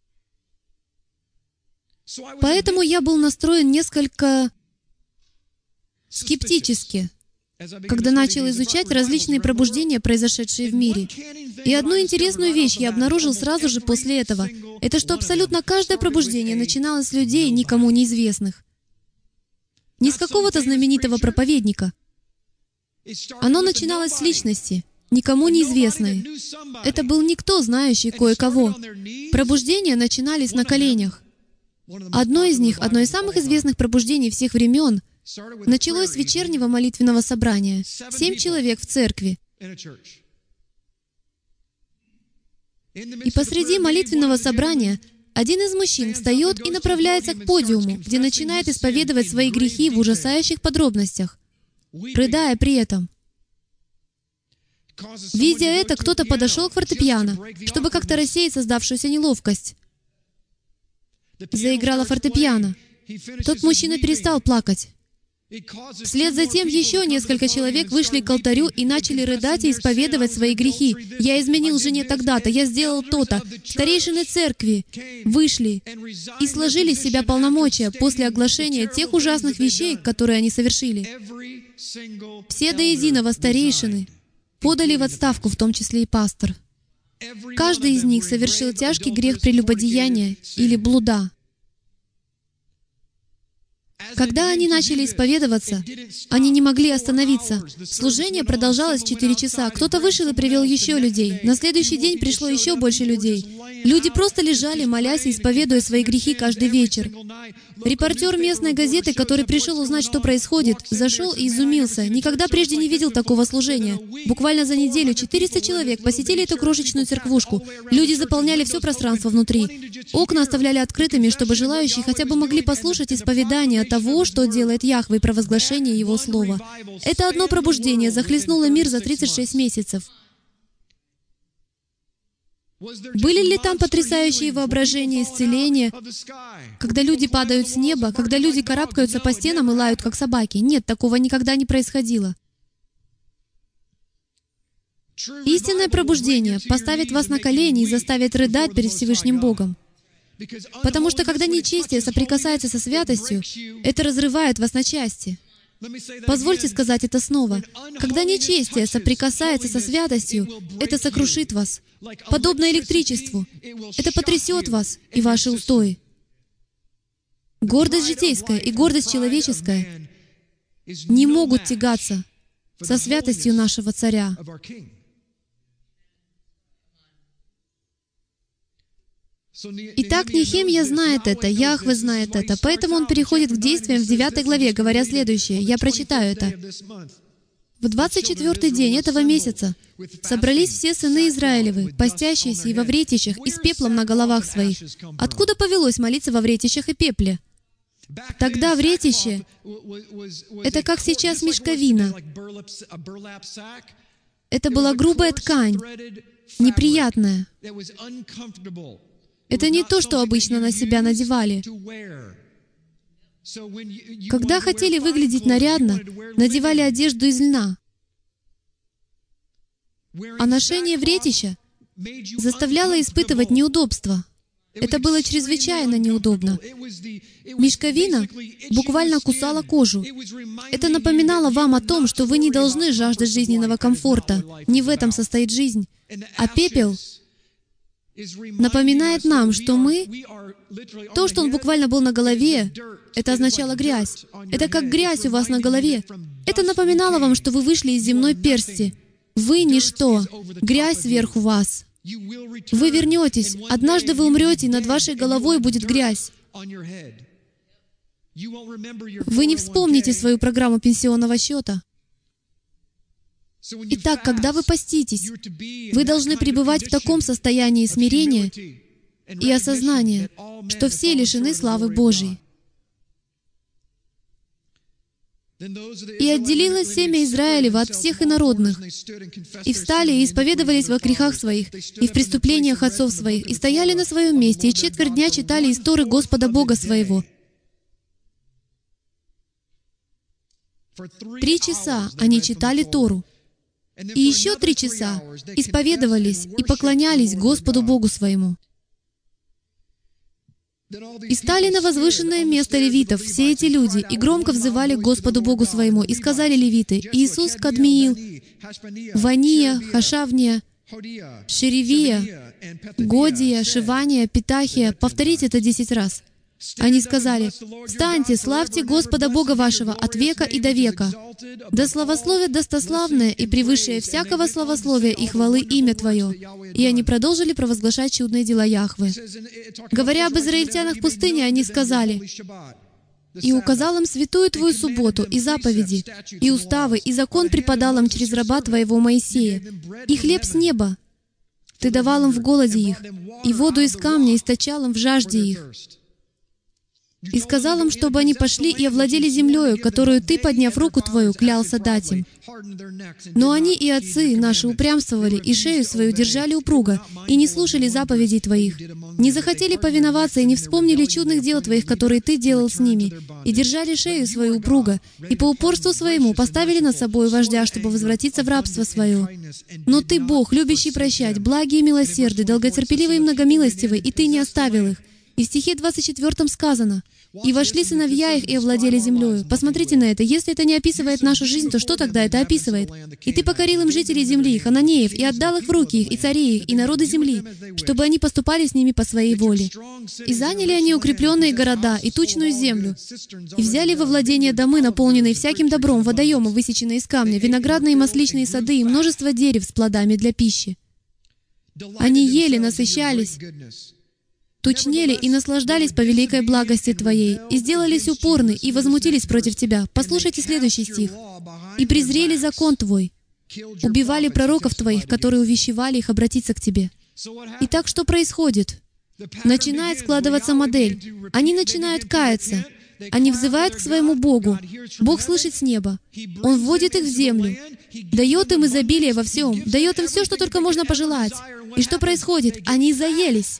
Поэтому я был настроен несколько скептически, когда начал изучать различные пробуждения, произошедшие в мире. И одну интересную вещь я обнаружил сразу же после этого. Это что абсолютно каждое пробуждение начиналось с людей, никому неизвестных. Не с какого-то знаменитого проповедника. Оно начиналось с личности. никому неизвестной. Это был никто, знающий кое-кого. Пробуждения начинались на коленях. Одно из них, одно из самых известных пробуждений всех времен, началось с вечернего молитвенного собрания. 7 человек в церкви. И посреди молитвенного собрания один из мужчин встает и направляется к подиуму, где начинает исповедовать свои грехи в ужасающих подробностях, рыдая при этом. Видя это, кто-то подошел к фортепиано, чтобы как-то рассеять создавшуюся неловкость. Заиграла фортепиано. Тот мужчина перестал плакать. Вслед за тем еще несколько человек вышли к алтарю и начали рыдать и исповедовать свои грехи. «Я изменил жене тогда-то, я сделал то-то». Старейшины церкви вышли и сложили с себя полномочия после оглашения тех ужасных вещей, которые они совершили. Все до единого старейшины подали в отставку, в том числе и пастор. Каждый из них совершил тяжкий грех прелюбодеяния или блуда. Когда они начали исповедоваться, они не могли остановиться. Служение продолжалось 4 часа. Кто-то вышел и привел еще людей. На следующий день пришло еще больше людей. Люди просто лежали, молясь и исповедуя свои грехи каждый вечер. Репортер местной газеты, который пришел узнать, что происходит, зашел и изумился. Никогда прежде не видел такого служения. Буквально за неделю 400 человек посетили эту крошечную церквушку. Люди заполняли все пространство внутри. Окна оставляли открытыми, чтобы желающие хотя бы могли послушать исповедание того, что делает Яхве, и провозглашение Его Слова. Это одно пробуждение захлестнуло мир за 36 месяцев. Были ли там потрясающие воображения, исцеления, когда люди падают с неба, когда люди карабкаются по стенам и лают, как собаки? Нет, такого никогда не происходило. Истинное пробуждение поставит вас на колени и заставит рыдать перед Всевышним Богом. Потому что когда нечестие соприкасается со святостью, это разрывает вас на части. Позвольте сказать это снова. Когда нечестие соприкасается со святостью, это сокрушит вас, подобно электричеству. Это потрясет вас и ваши устои. Гордость житейская и гордость человеческая не могут тягаться со святостью нашего Царя. Итак, Нехемия знает это, Яхве знает это, поэтому он переходит к действиям в 9 главе, говоря следующее. Я прочитаю это. В 24-й день этого месяца собрались все сыны Израилевы, постящиеся и во вретищах, и с пеплом на головах своих. Откуда повелось молиться во вретищах и пепле? Тогда вретище — это как сейчас мешковина. Это была грубая ткань, неприятная. Это не то, что обычно на себя надевали. Когда хотели выглядеть нарядно, надевали одежду из льна. А ношение вретища заставляло испытывать неудобства. Это было чрезвычайно неудобно. Мешковина буквально кусала кожу. Это напоминало вам о том, что вы не должны жаждать жизненного комфорта. Не в этом состоит жизнь. А пепел напоминает нам, что то, что он буквально был на голове, это означало грязь. Это как грязь у вас на голове. Это напоминало вам, что вы вышли из земной персти. Вы — ничто, грязь сверху вас. Вы вернетесь, однажды вы умрете, и над вашей головой будет грязь. Вы не вспомните свою программу пенсионного счета. Итак, когда вы поститесь, вы должны пребывать в таком состоянии смирения и осознания, что все лишены славы Божьей. «И отделилось семя Израилева от всех инородных, и встали и исповедовались во грехах своих, и в преступлениях отцов своих, и стояли на своем месте, и четверть дня читали из Торы Господа Бога своего». 3 часа они читали Тору, и еще 3 часа исповедовались и поклонялись Господу Богу своему. «И стали на возвышенное место левитов все эти люди, и громко взывали к Господу Богу своему, и сказали левиты: Иисус, Кадмиил, Вания, Хашавния, Шеревия, Годия, Шивания, Питахия». Повторите это 10 раз. Они сказали: «Встаньте, славьте Господа Бога вашего от века и до века. Да славословят достославное и превыше всякого славословия и хвалы имя Твое». И они продолжили провозглашать чудные дела Яхве. Говоря об израильтянах в пустыне, они сказали: «И указал им святую Твою субботу, и заповеди, и уставы, и закон преподал им через раба Твоего Моисея, и хлеб с неба. Ты давал им в голоде их, и воду из камня источал им в жажде их. И сказал им, чтобы они пошли и овладели землею, которую Ты, подняв руку Твою, клялся дать им. Но они и отцы наши упрямствовали, и шею свою держали упруго, и не слушали заповедей Твоих, не захотели повиноваться и не вспомнили чудных дел Твоих, которые Ты делал с ними, и держали шею свою упруго, и по упорству своему поставили над собой вождя, чтобы возвратиться в рабство свое. Но Ты, Бог, любящий прощать, благий и милосердный, долготерпеливый и многомилостивый, и Ты не оставил их». И в стихе 24 сказано: «И вошли сыновья их и овладели землею». Посмотрите на это. Если это не описывает нашу жизнь, то что тогда это описывает? «И Ты покорил им жителей земли, хананеев, и отдал их в руки их, и царей их, и народы земли, чтобы они поступали с ними по своей воле. И заняли они укрепленные города и тучную землю, и взяли во владение домы, наполненные всяким добром, водоемы, высеченные из камня, виноградные и масличные сады, и множество дерев с плодами для пищи. Они ели, насыщались, тучнели и наслаждались по великой благости Твоей, и сделались упорны, и возмутились против Тебя». Послушайте следующий стих. «И презрели закон Твой, убивали пророков Твоих, которые увещевали их обратиться к Тебе». Итак, что происходит? Начинает складываться модель. Они начинают каяться. Они взывают к своему Богу. Бог слышит с неба. Он вводит их в землю, дает им изобилие во всем, дает им все, что только можно пожелать. И что происходит? Они заелись.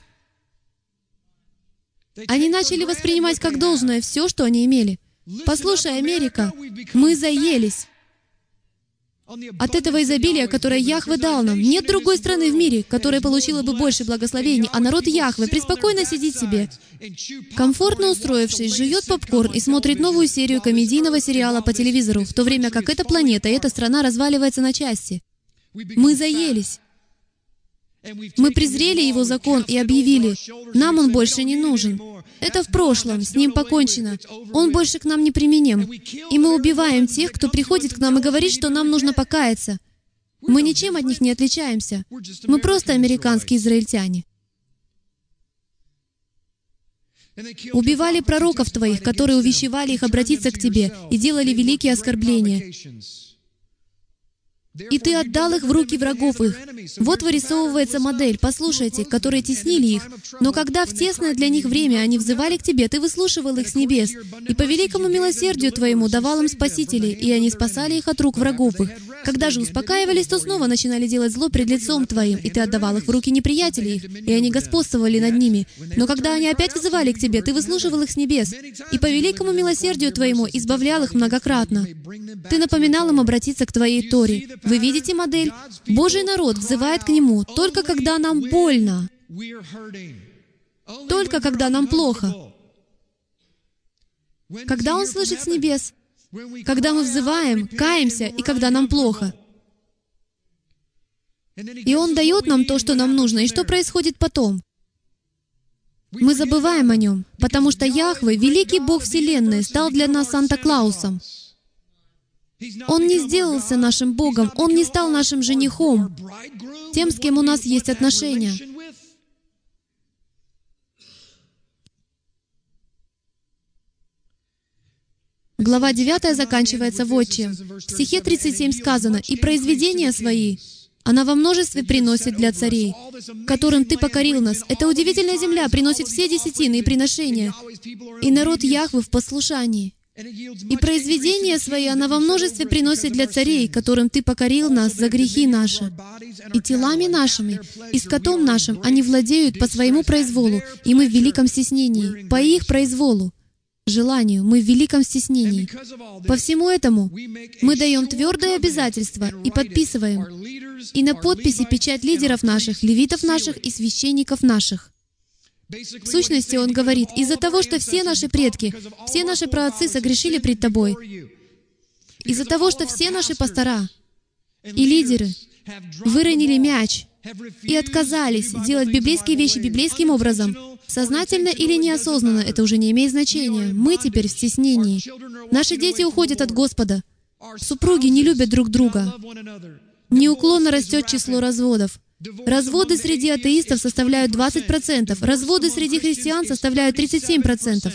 Они начали воспринимать как должное все, что они имели. Послушай, Америка, мы заелись от этого изобилия, которое Яхве дал нам. Нет другой страны в мире, которая получила бы больше благословений, а народ Яхве преспокойно сидит себе, комфортно устроившись, жует попкорн и смотрит новую серию комедийного сериала по телевизору, в то время как эта планета и эта страна разваливается на части. Мы заелись. Мы презрели Его закон и объявили: нам Он больше не нужен. Это в прошлом, с Ним покончено. Он больше к нам не применим. И мы убиваем тех, кто приходит к нам и говорит, что нам нужно покаяться. Мы ничем от них не отличаемся. Мы просто американские израильтяне. Убивали пророков Твоих, которые увещевали их обратиться к Тебе и делали великие оскорбления. И Ты отдал их в руки врагов их. Вот вырисовывается модель, послушайте, которые теснили их. Но когда в тесное для них время они взывали к Тебе, Ты выслушивал их с небес, и по великому милосердию Твоему давал им спасителей, и они спасали их от рук врагов их. Когда же успокаивались, то снова начинали делать зло пред лицом Твоим, и Ты отдавал их в руки неприятелей их, и они господствовали над ними. Но когда они опять взывали к Тебе, Ты выслушивал их с небес, и по великому милосердию Твоему избавлял их многократно. Ты напоминал им обратиться к Твоей Торе. Вы видите модель? Божий народ взывает к Нему только когда нам больно, только когда нам плохо. Когда Он слышит с небес, когда мы взываем, каемся и когда нам плохо. И Он дает нам то, что нам нужно. И что происходит потом? Мы забываем о Нем, потому что Яхве, великий Бог Вселенной, стал для нас Санта-Клаусом. Он не сделался нашим Богом, Он не стал нашим женихом, тем, с кем у нас есть отношения. Глава 9 заканчивается вотче. В стихе 37 сказано: «И произведения свои она во множестве приносит для царей, которым Ты покорил нас. Эта удивительная земля приносит все десятины и приношения, и народ Яхвы в послушании. И произведения свои она во множестве приносит для царей, которым Ты покорил нас за грехи наши. И телами нашими, и скотом нашим они владеют по своему произволу, и мы в великом стеснении, по их произволу, желанию, мы в великом стеснении. По всему этому мы даем твердое обязательство и подписываем, и на подписи печать лидеров наших, левитов наших и священников наших». В сущности, он говорит: из-за того, что все наши предки, все наши праотцы согрешили пред Тобой, из-за того, что все наши пастора и лидеры выронили мяч и отказались делать библейские вещи библейским образом, сознательно или неосознанно, это уже не имеет значения. Мы теперь в стеснении. Наши дети уходят от Господа. Супруги не любят друг друга. Неуклонно растет число разводов. Разводы среди атеистов составляют 20%, разводы среди христиан составляют 37%.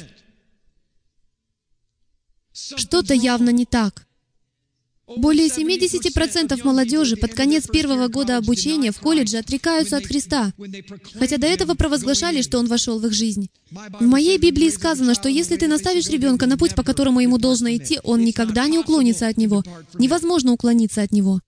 Что-то явно не так. Более 70% молодежи под конец первого года обучения в колледже отрекаются от Христа, хотя до этого провозглашали, что Он вошел в их жизнь. В моей Библии сказано, что если ты наставишь ребенка на путь, по которому ему должно идти, он никогда не уклонится от него. Невозможно уклониться от него.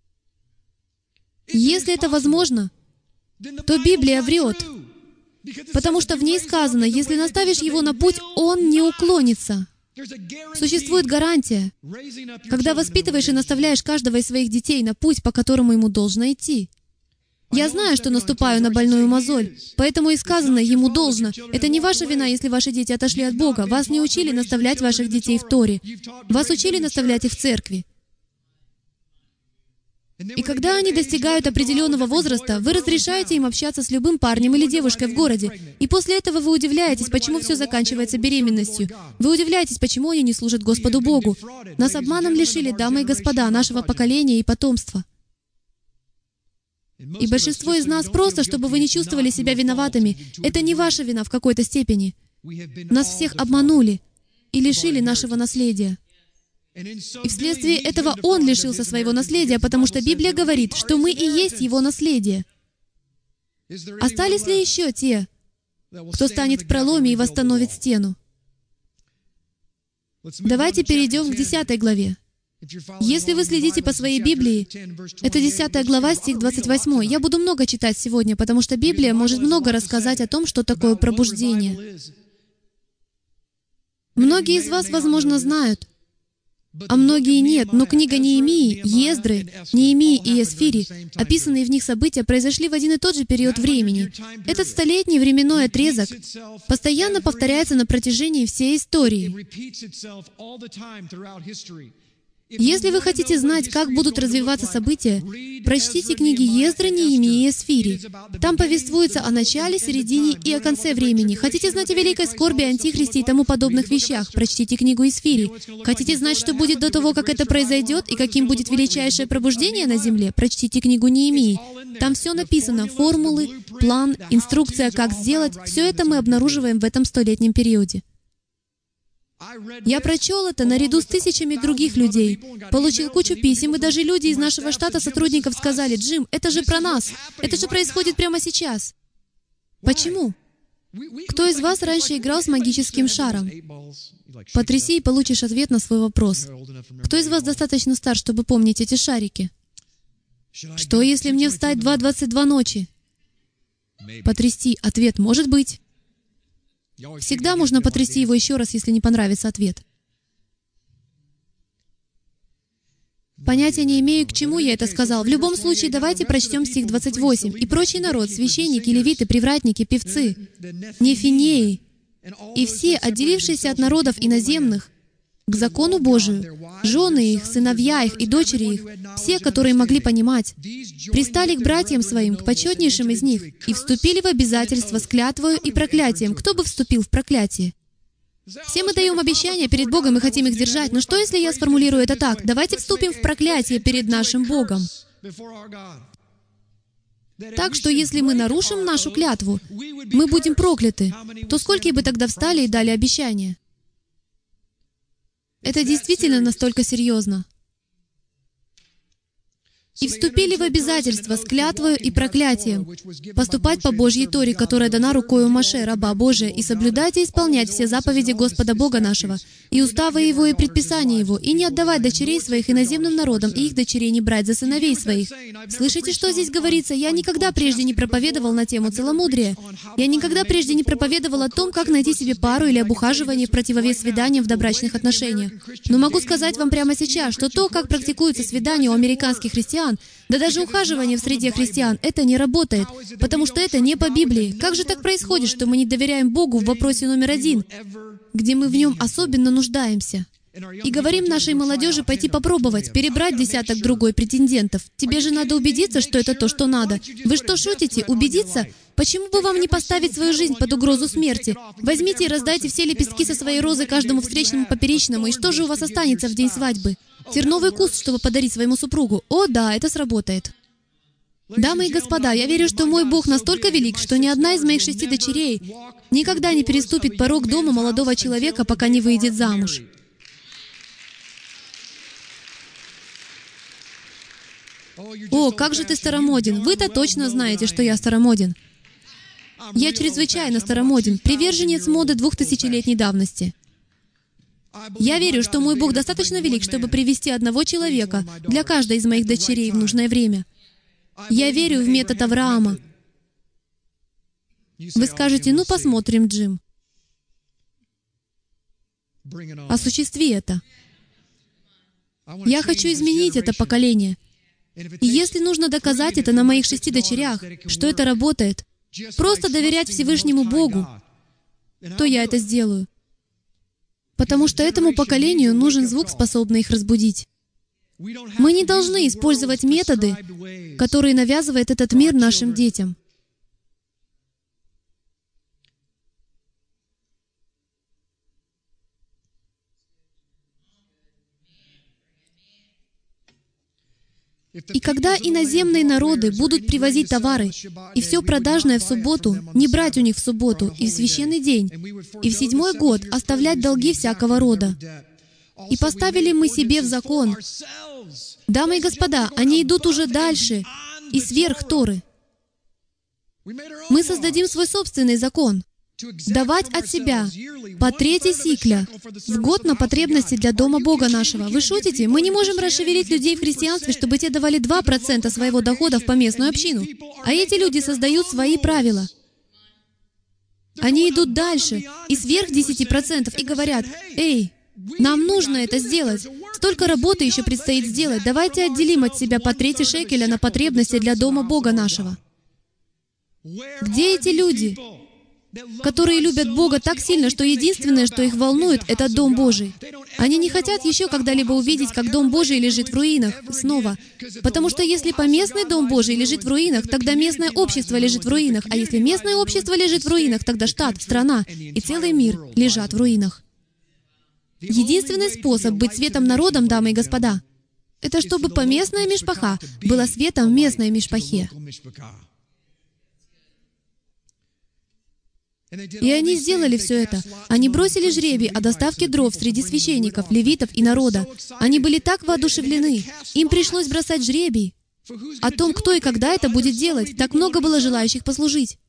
Если это возможно, то Библия врет, потому что в ней сказано, если наставишь его на путь, он не уклонится. Существует гарантия, когда воспитываешь и наставляешь каждого из своих детей на путь, по которому ему должно идти. Я знаю, что наступаю на больную мозоль, поэтому и сказано «ему должно». Это не ваша вина, если ваши дети отошли от Бога. Вас не учили наставлять ваших детей в Торе. Вас учили наставлять их в церкви. И когда они достигают определенного возраста, вы разрешаете им общаться с любым парнем или девушкой в городе. И после этого вы удивляетесь, почему все заканчивается беременностью. Вы удивляетесь, почему они не служат Господу Богу. Нас обманом лишили, дамы и господа, нашего поколения и потомства. И большинство из нас просто, чтобы вы не чувствовали себя виноватыми. Это не ваша вина в какой-то степени. Нас всех обманули и лишили нашего наследия. И вследствие этого он лишился своего наследия, потому что Библия говорит, что мы и есть его наследие. Остались ли еще те, кто станет в проломе и восстановит стену? Давайте перейдем к 10 главе. Если вы следите по своей Библии, это 10 глава, стих 28. Я буду много читать сегодня, потому что Библия может много рассказать о том, что такое пробуждение. Многие из вас, возможно, знают, а многие нет, но книга Неемии, Ездры, Неемии и Эсфири, описанные в них события, произошли в один и тот же период времени. Этот столетний временной отрезок постоянно повторяется на протяжении всей истории. Если вы хотите знать, как будут развиваться события, прочтите книги Ездры, Неемии и Эсфири. Там повествуется о начале, середине и о конце времени. Хотите знать о великой скорби, антихристе и тому подобных вещах? Прочтите книгу Эсфири. Хотите знать, что будет до того, как это произойдет, и каким будет величайшее пробуждение на земле? Прочтите книгу Неемии. Там все написано, формулы, план, инструкция, как сделать. Все это мы обнаруживаем в этом столетнем периоде. Я прочел это наряду с тысячами других людей, получил кучу писем, и даже люди из нашего штата сотрудников сказали: «Джим, это же про нас, это же происходит прямо сейчас». Почему? Кто из вас раньше играл с магическим шаром? Потряси и получишь ответ на свой вопрос. Кто из вас достаточно стар, чтобы помнить эти шарики? Что, если мне встать 2:22 ночи? Потрясти. Ответ может быть. Всегда можно потрясти его еще раз, если не понравится ответ. Понятия не имею, к чему я это сказал. В любом случае, давайте прочтем стих 28. «И прочий народ, священники, левиты, привратники, певцы, нефинеи, и все, отделившиеся от народов иноземных, к закону Божию, жены их, сыновья их и дочери их, все, которые могли понимать, пристали к братьям своим, к почетнейшим из них, и вступили в обязательство с клятвою и проклятием». Кто бы вступил в проклятие? Все мы даем обещания перед Богом и хотим их держать, но что, если я сформулирую это так? Давайте вступим в проклятие перед нашим Богом. Так что, если мы нарушим нашу клятву, мы будем прокляты, то сколько бы тогда встали и дали обещания? Это действительно настолько серьезно. «И вступили в обязательство с клятвою и проклятием поступать по Божьей Торе, которая дана рукою Моше, раба Божия, и соблюдать и исполнять все заповеди Господа Бога нашего, и уставы Его, и предписания Его, и не отдавать дочерей своих иноземным народам, и их дочерей не брать за сыновей своих». Слышите, что здесь говорится? Я никогда прежде не проповедовал на тему целомудрия. Я никогда прежде не проповедовал о том, как найти себе пару или об ухаживании в противовес свиданиям в добрачных отношениях. Но могу сказать вам прямо сейчас, что то, как практикуются свидания у американских христиан, да даже ухаживание в среде христиан, это не работает, потому что это не по Библии. Как же так происходит, что мы не доверяем Богу в вопросе номер 1, где мы в Нем особенно нуждаемся? И говорим нашей молодежи пойти попробовать, перебрать десяток другой претендентов. Тебе же надо убедиться, что это то, что надо. Вы что, шутите? Убедиться? Почему бы вам не поставить свою жизнь под угрозу смерти? Возьмите и раздайте все лепестки со своей розы каждому встречному поперечному, и что же у вас останется в день свадьбы? Терновый куст, чтобы подарить своему супругу. О, да, это сработает. Дамы и господа, я верю, что мой Бог настолько велик, что ни одна из моих 6 дочерей никогда не переступит порог дома молодого человека, пока не выйдет замуж. О, как же ты старомоден! Вы-то точно знаете, что я старомоден. Я чрезвычайно старомоден, приверженец моды 2000-летней давности. Я верю, что мой Бог достаточно велик, чтобы привести одного человека для каждой из моих дочерей в нужное время. Я верю в метод Авраама. Вы скажете, ну посмотрим, Джим. Осуществи это. Я хочу изменить это поколение. И если нужно доказать это на моих 6 дочерях, что это работает, просто доверять Всевышнему Богу, то я это сделаю. Потому что этому поколению нужен звук, способный их разбудить. Мы не должны использовать методы, которые навязывает этот мир нашим детям. И когда иноземные народы будут привозить товары, и все продажное в субботу, не брать у них в субботу и в священный день, и в 7-й год оставлять долги всякого рода. И поставили мы себе в закон. Дамы и господа, они идут уже дальше и сверх Торы. Мы создадим свой собственный закон. Давать от себя по 3 сикля в год на потребности для дома Бога нашего. Вы шутите? Мы не можем расшевелить людей в христианстве, чтобы те давали 2% своего дохода в поместную общину. А эти люди создают свои правила. Они идут дальше и сверх 10% и говорят, «Эй, нам нужно это сделать. Столько работы еще предстоит сделать. Давайте отделим от себя по 3 шекеля на потребности для дома Бога нашего». Где эти люди, которые любят Бога так сильно, что единственное, что их волнует, это Дом Божий? Они не хотят еще когда-либо увидеть, как Дом Божий лежит в руинах снова. Потому что если поместный Дом Божий лежит в руинах, тогда местное общество лежит в руинах. А если местное общество лежит в руинах, тогда штат, страна и целый мир лежат в руинах. Единственный способ быть светом народом, дамы и господа, это чтобы поместная мишпаха была светом в местной мишпахе. И они сделали все это. Они бросили жребий о доставке дров среди священников, левитов и народа. Они были так воодушевлены. Им пришлось бросать жребий о том, кто и когда это будет делать. Так много было желающих послужить.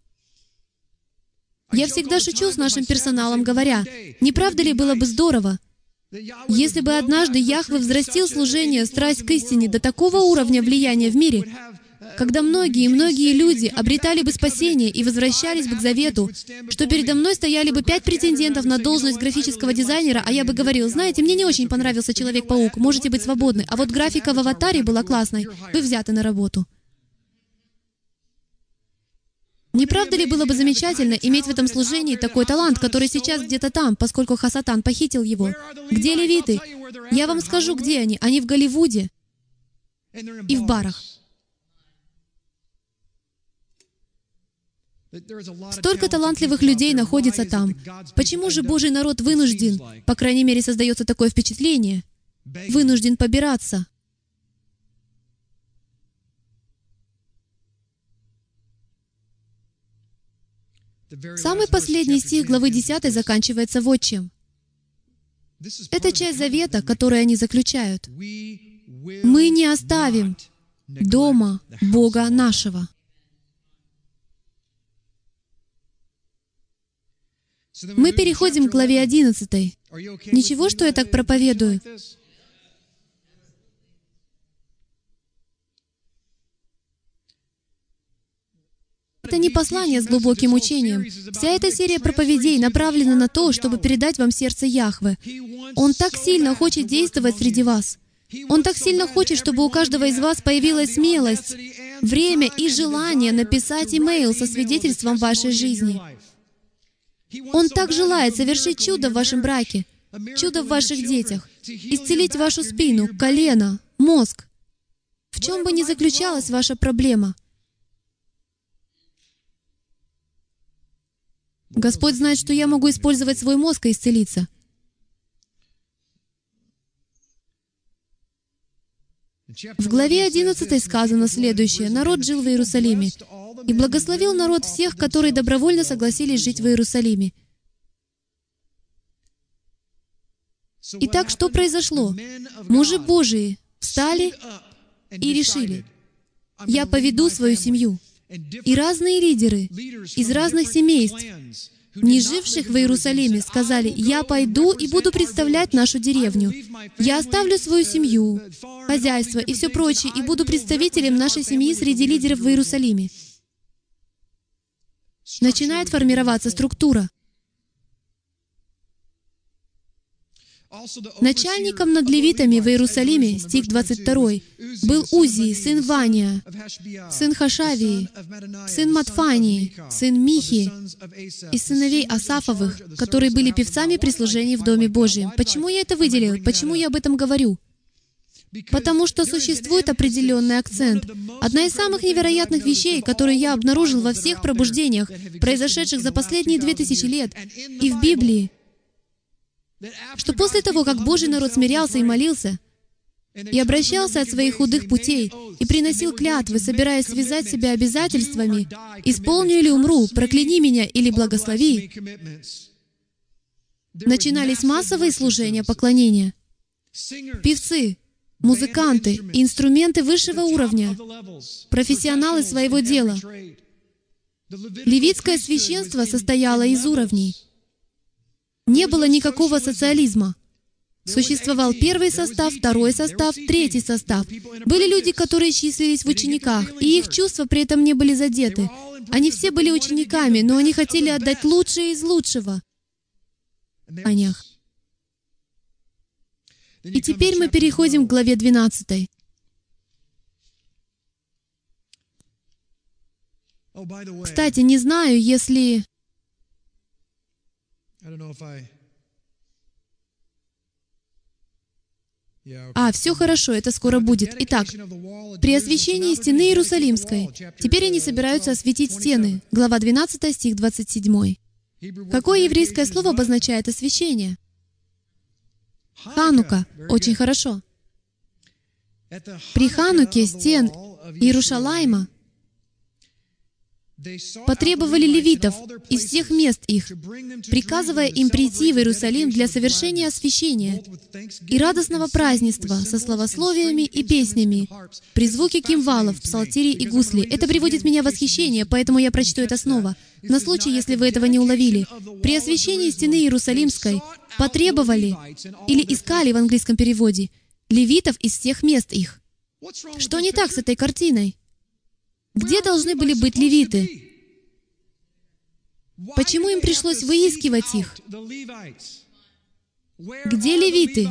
Я всегда шучу с нашим персоналом, говоря, не правда ли было бы здорово, если бы однажды Яхве взрастил служение, страсть к истине до такого уровня влияния в мире, когда многие люди обретали бы спасение и возвращались бы к завету, что передо мной стояли бы 5 претендентов на должность графического дизайнера, а я бы говорил, знаете, мне не очень понравился Человек-паук, можете быть свободны, а вот графика в аватаре была классной, вы взяты на работу. Не правда ли было бы замечательно иметь в этом служении такой талант, который сейчас где-то там, поскольку Хасатан похитил его? Где левиты? Я вам скажу, где они. Они в Голливуде и в барах. Столько талантливых людей находится там. Почему же Божий народ вынужден, по крайней мере, создается такое впечатление, вынужден побираться? Самый последний стих главы 10 заканчивается вот чем. Это часть завета, который они заключают. «Мы не оставим дома Бога нашего». Мы переходим к главе 11. Ничего, что я так проповедую? Это не послание с глубоким учением. Вся эта серия проповедей направлена на то, чтобы передать вам сердце Яхве. Он так сильно хочет действовать среди вас. Он так сильно хочет, чтобы у каждого из вас появилась смелость, время и желание написать имейл со свидетельством вашей жизни. Он так желает совершить чудо в вашем браке. чудо в ваших детях, исцелить вашу спину, колено, мозг. В чем бы ни заключалась ваша проблема, Господь знает, что я могу использовать свой мозг и исцелиться. В главе 11 сказано следующее. «Народ жил в Иерусалиме, и благословил народ всех, которые добровольно согласились жить в Иерусалиме». Итак, что произошло? Мужи Божии встали и решили: «Я поведу свою семью». И разные лидеры из разных семейств, не живших в Иерусалиме, сказали: «Я пойду и буду представлять нашу деревню. Я оставлю свою семью, хозяйство и все прочее, и буду представителем нашей семьи среди лидеров в Иерусалиме». Начинает формироваться структура. Начальником над левитами в Иерусалиме, стих 22, был Узии, сын Вания, сын Хашавии, сын Матфании, сын Михи, из сыновей Асафовых, которые были певцами при служении в Доме Божьем. Почему я это выделил? Почему я об этом говорю? Потому что существует определенный акцент. Одна из самых невероятных вещей, которые я обнаружил во всех пробуждениях, произошедших за последние 2000 лет, и в Библии, что после того, как Божий народ смирялся и молился, и обращался от своих худых путей, и приносил клятвы, собираясь связать себя обязательствами, «Исполню или умру, прокляни меня или благослови», начинались массовые служения поклонения. Певцы, музыканты и инструменты высшего уровня, профессионалы своего дела. Левитское священство состояло из уровней. Не было никакого социализма. Существовал первый состав, второй состав, третий состав. Были люди, которые числились в учениках, и их чувства при этом не были задеты. Они все были учениками, но они хотели отдать лучшее из лучшего. И теперь мы переходим к главе 12. Кстати, не знаю, если... все хорошо, это скоро будет. Итак, при освящении стены Иерусалимской, теперь они собираются осветить стены. Глава 12, стих 27. Какое еврейское слово обозначает освящение? Ханука. Очень хорошо. При Хануке стен Иерушалайма потребовали левитов из всех мест их, приказывая им прийти в Иерусалим для совершения освящения и радостного празднества со славословиями и песнями, при звуке кимвалов, псалтирей и гуслей. Это приводит меня в восхищение, поэтому я прочту это снова. На случай, если вы этого не уловили. При освящении стены Иерусалимской потребовали, или искали в английском переводе, левитов из всех мест их. Что не так с этой картиной? Где должны были быть левиты? Почему им пришлось выискивать их? Где левиты?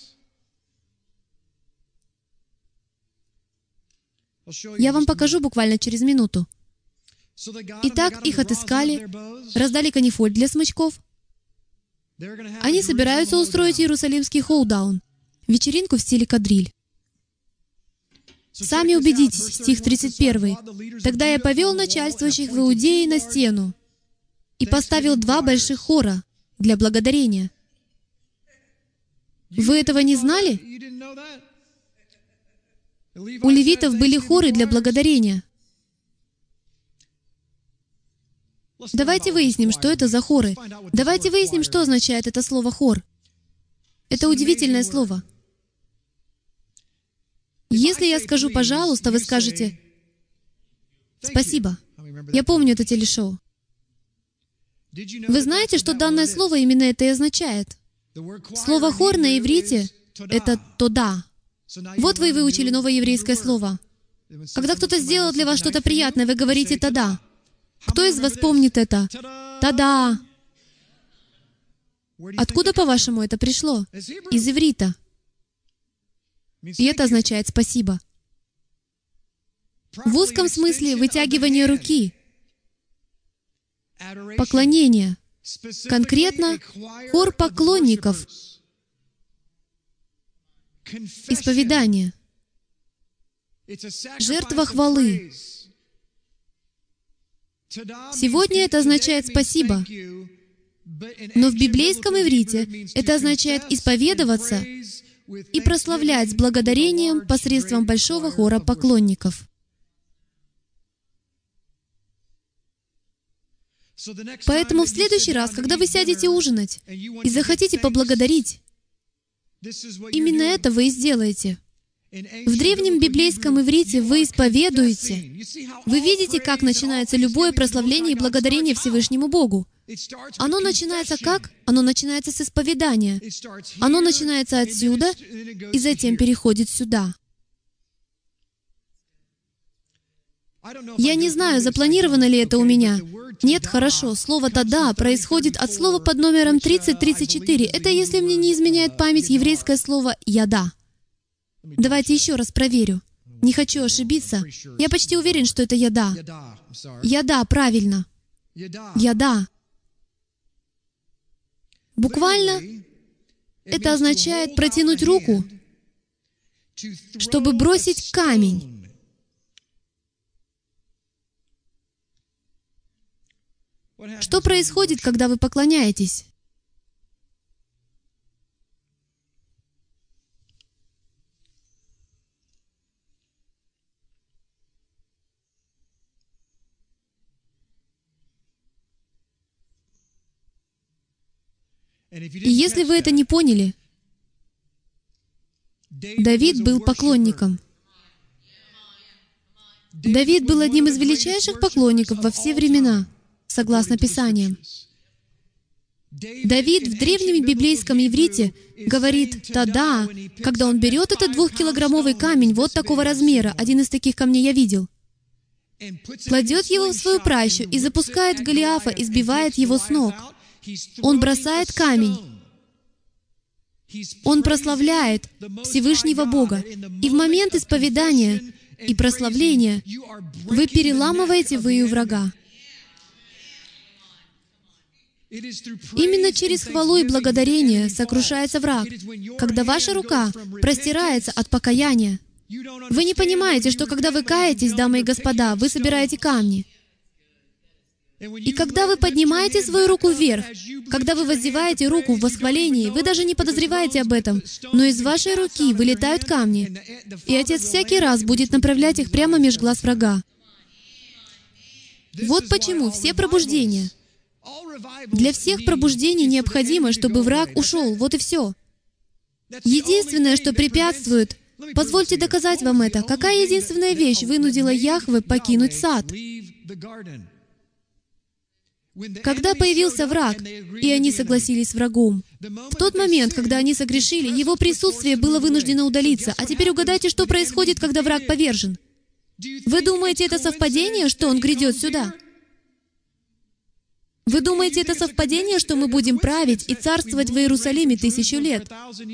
Я вам покажу буквально через минуту. Итак, их отыскали, раздали канифоль для смычков. Они собираются устроить иерусалимский хоудаун, вечеринку в стиле кадриль. Сами убедитесь, стих 31. «Тогда я повел начальствующих в Иудее на стену и поставил 2 больших хора для благодарения». Вы этого не знали? У левитов были хоры для благодарения. Давайте выясним, что это за хоры. Давайте выясним, что означает это слово «хор». Это удивительное слово. Если я скажу «пожалуйста», вы скажете «спасибо». Я помню это телешоу. Вы знаете, что данное слово именно это и означает? Слово «хор» на иврите — это «тода». Вот вы и выучили новое еврейское слово. Когда кто-то сделал для вас что-то приятное, вы говорите «тода». Кто из вас помнит это? «Тода». Откуда, по-вашему, это пришло? Из иврита. И это означает «спасибо». В узком смысле вытягивание руки, поклонение, Конкретно хор поклонников исповедания, жертва хвалы. Сегодня это означает «спасибо», но в библейском иврите это означает исповедоваться и прославлять с благодарением посредством большого хора поклонников. Поэтому в следующий раз, когда вы сядете ужинать и захотите поблагодарить, именно это вы и сделаете. В древнем библейском иврите вы исповедуете. Вы видите, как начинается любое прославление и благодарение Всевышнему Богу. Оно начинается как? Оно начинается с исповедания. Оно начинается отсюда и затем переходит сюда. Я не знаю, запланировано ли это у меня. Нет, хорошо. Слово «тада» происходит от слова под номером 3034. Это, если мне не изменяет память, еврейское слово «яда». Давайте еще раз проверю. Не хочу ошибиться. Я почти уверен, что это «яда». «Яда», правильно. «Яда». Буквально это означает протянуть руку, чтобы бросить камень. Что происходит, когда вы поклоняетесь? И если вы это не поняли, Давид был поклонником. Давид был одним из величайших поклонников во все времена, согласно Писаниям. Давид в древнем библейском иврите говорит «тада», когда он берет этот 2-килограммовый камень вот такого размера, один из таких камней я видел, кладет его в свою пращу и запускает Голиафа и сбивает его с ног. Он бросает камень. Он прославляет Всевышнего Бога. И в момент исповедания и прославления вы переламываете выю врага. Именно через хвалу и благодарение сокрушается враг, когда ваша рука простирается от покаяния. Вы не понимаете, что когда вы каетесь, дамы и господа, вы собираете камни. И когда вы поднимаете свою руку вверх, когда вы воздеваете руку в восхвалении, вы даже не подозреваете об этом, но из вашей руки вылетают камни, и Отец всякий раз будет направлять их прямо меж глаз врага. Вот почему все пробуждения. Для всех пробуждений необходимо, чтобы враг ушел, вот и все. Единственное, что препятствует, позвольте доказать вам это, какая единственная вещь вынудила Яхве покинуть сад? Когда появился враг, и они согласились с врагом, в тот момент, когда они согрешили, его присутствие было вынуждено удалиться. А теперь угадайте, что происходит, когда враг повержен. Вы думаете, это совпадение, что он грядет сюда? Вы думаете, это совпадение, что мы будем править и царствовать в Иерусалиме 1000 лет?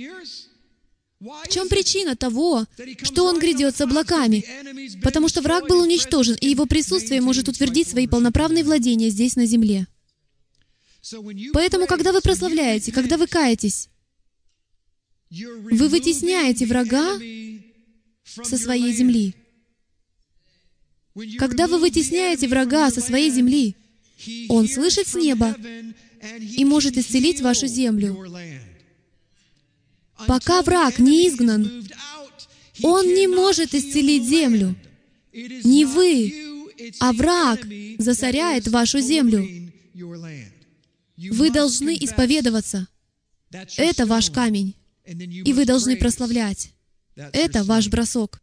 В чем причина того, что он грядет с облаками? Потому что враг был уничтожен, и его присутствие может утвердить свои полноправные владения здесь, на земле. Поэтому, когда вы прославляете, когда вы каетесь, вы вытесняете врага со своей земли. Когда вы вытесняете врага со своей земли, он слышит с неба и может исцелить вашу землю. Пока враг не изгнан, он не может исцелить землю. Не вы, а враг засоряет вашу землю. Вы должны исповедоваться. Это ваш камень. И вы должны прославлять. Это ваш бросок.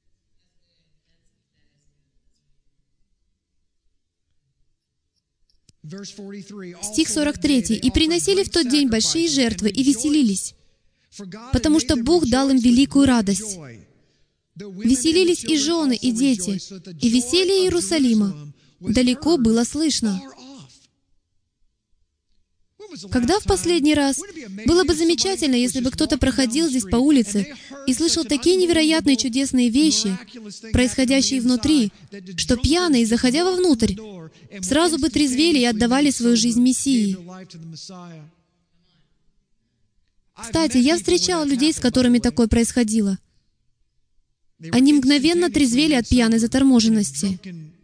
Стих 43. «И приносили в тот день большие жертвы и веселились, потому что Бог дал им великую радость. Веселились и жены, и дети, и веселье Иерусалима далеко было слышно». Когда в последний раз? Было бы замечательно, если бы кто-то проходил здесь по улице и слышал такие невероятные чудесные вещи, происходящие внутри, что пьяный, заходя вовнутрь, сразу бы трезвели и отдавали свою жизнь Мессии. Кстати, я встречал людей, с которыми такое происходило. Они мгновенно трезвели от пьяной заторможенности.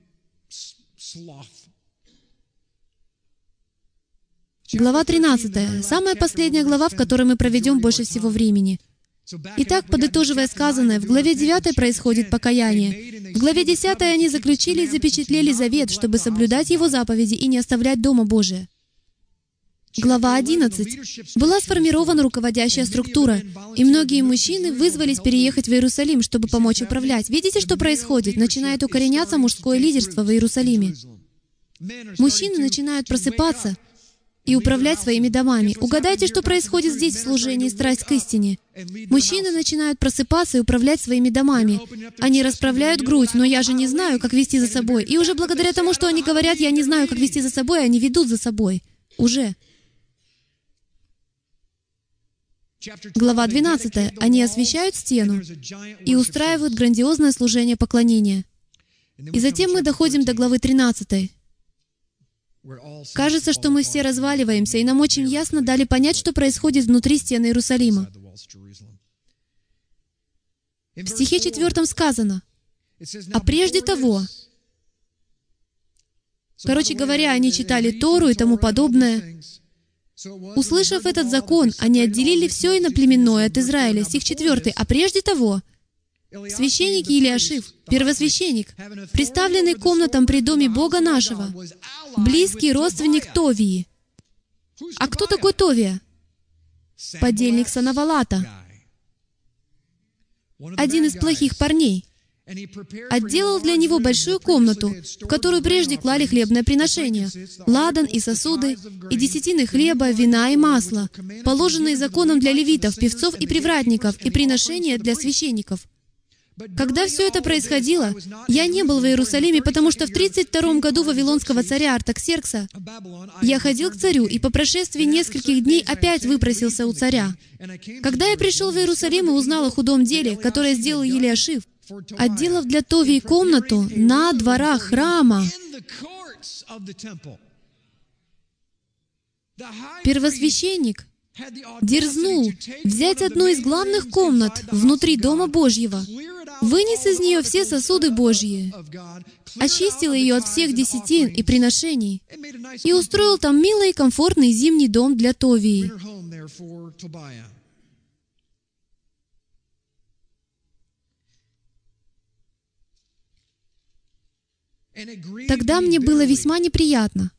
Глава 13. Самая последняя глава, в которой мы проведем больше всего времени. Итак, подытоживая сказанное, в главе 9 происходит покаяние. В главе 10 они заключили и запечатлели завет, чтобы соблюдать его заповеди и не оставлять Дома Божия. Глава 11. Была сформирована руководящая структура, и многие мужчины вызвались переехать в Иерусалим, чтобы помочь управлять. Видите, что происходит? Начинает укореняться мужское лидерство в Иерусалиме. Мужчины начинают просыпаться и управлять своими домами. Угадайте, что происходит здесь в служении «Страсть к истине». Мужчины начинают просыпаться и управлять своими домами. Они расправляют грудь, но я же не знаю, как вести за собой. И уже благодаря тому, что они говорят, я не знаю, как вести за собой, они ведут за собой. Уже. Глава 12. Они освещают стену и устраивают грандиозное служение поклонения. И затем мы доходим до главы 13. Кажется, что мы все разваливаемся, и нам очень ясно дали понять, что происходит внутри стен Иерусалима. В стихе 4 сказано: «А прежде того...» Короче говоря, они читали Тору и тому подобное. «Услышав этот закон, они отделили все иноплеменное от Израиля». Стих 4. «А прежде того...» Священник Елиашив, первосвященник, представленный комнатам при доме Бога нашего, близкий родственник Товии. А кто такой Товия? Подельник Санавалата. Один из плохих парней. Отделал для него большую комнату, в которую прежде клали хлебное приношение, ладан и сосуды, и десятины хлеба, вина и масла, положенные законом для левитов, певцов и привратников, и приношения для священников. Когда все это происходило, я не был в Иерусалиме, потому что в 32 году вавилонского царя Артаксеркса я ходил к царю, и по прошествии нескольких дней опять выпросился у царя. Когда я пришел в Иерусалим и узнал о худом деле, которое сделал Елиашив, отделав для Товии комнату на дворах храма, первосвященник дерзнул взять одну из главных комнат внутри Дома Божьего, вынес из нее все сосуды Божьи, очистил ее от всех десятин и приношений и устроил там милый и комфортный зимний дом для Товии. Тогда мне было весьма неприятно.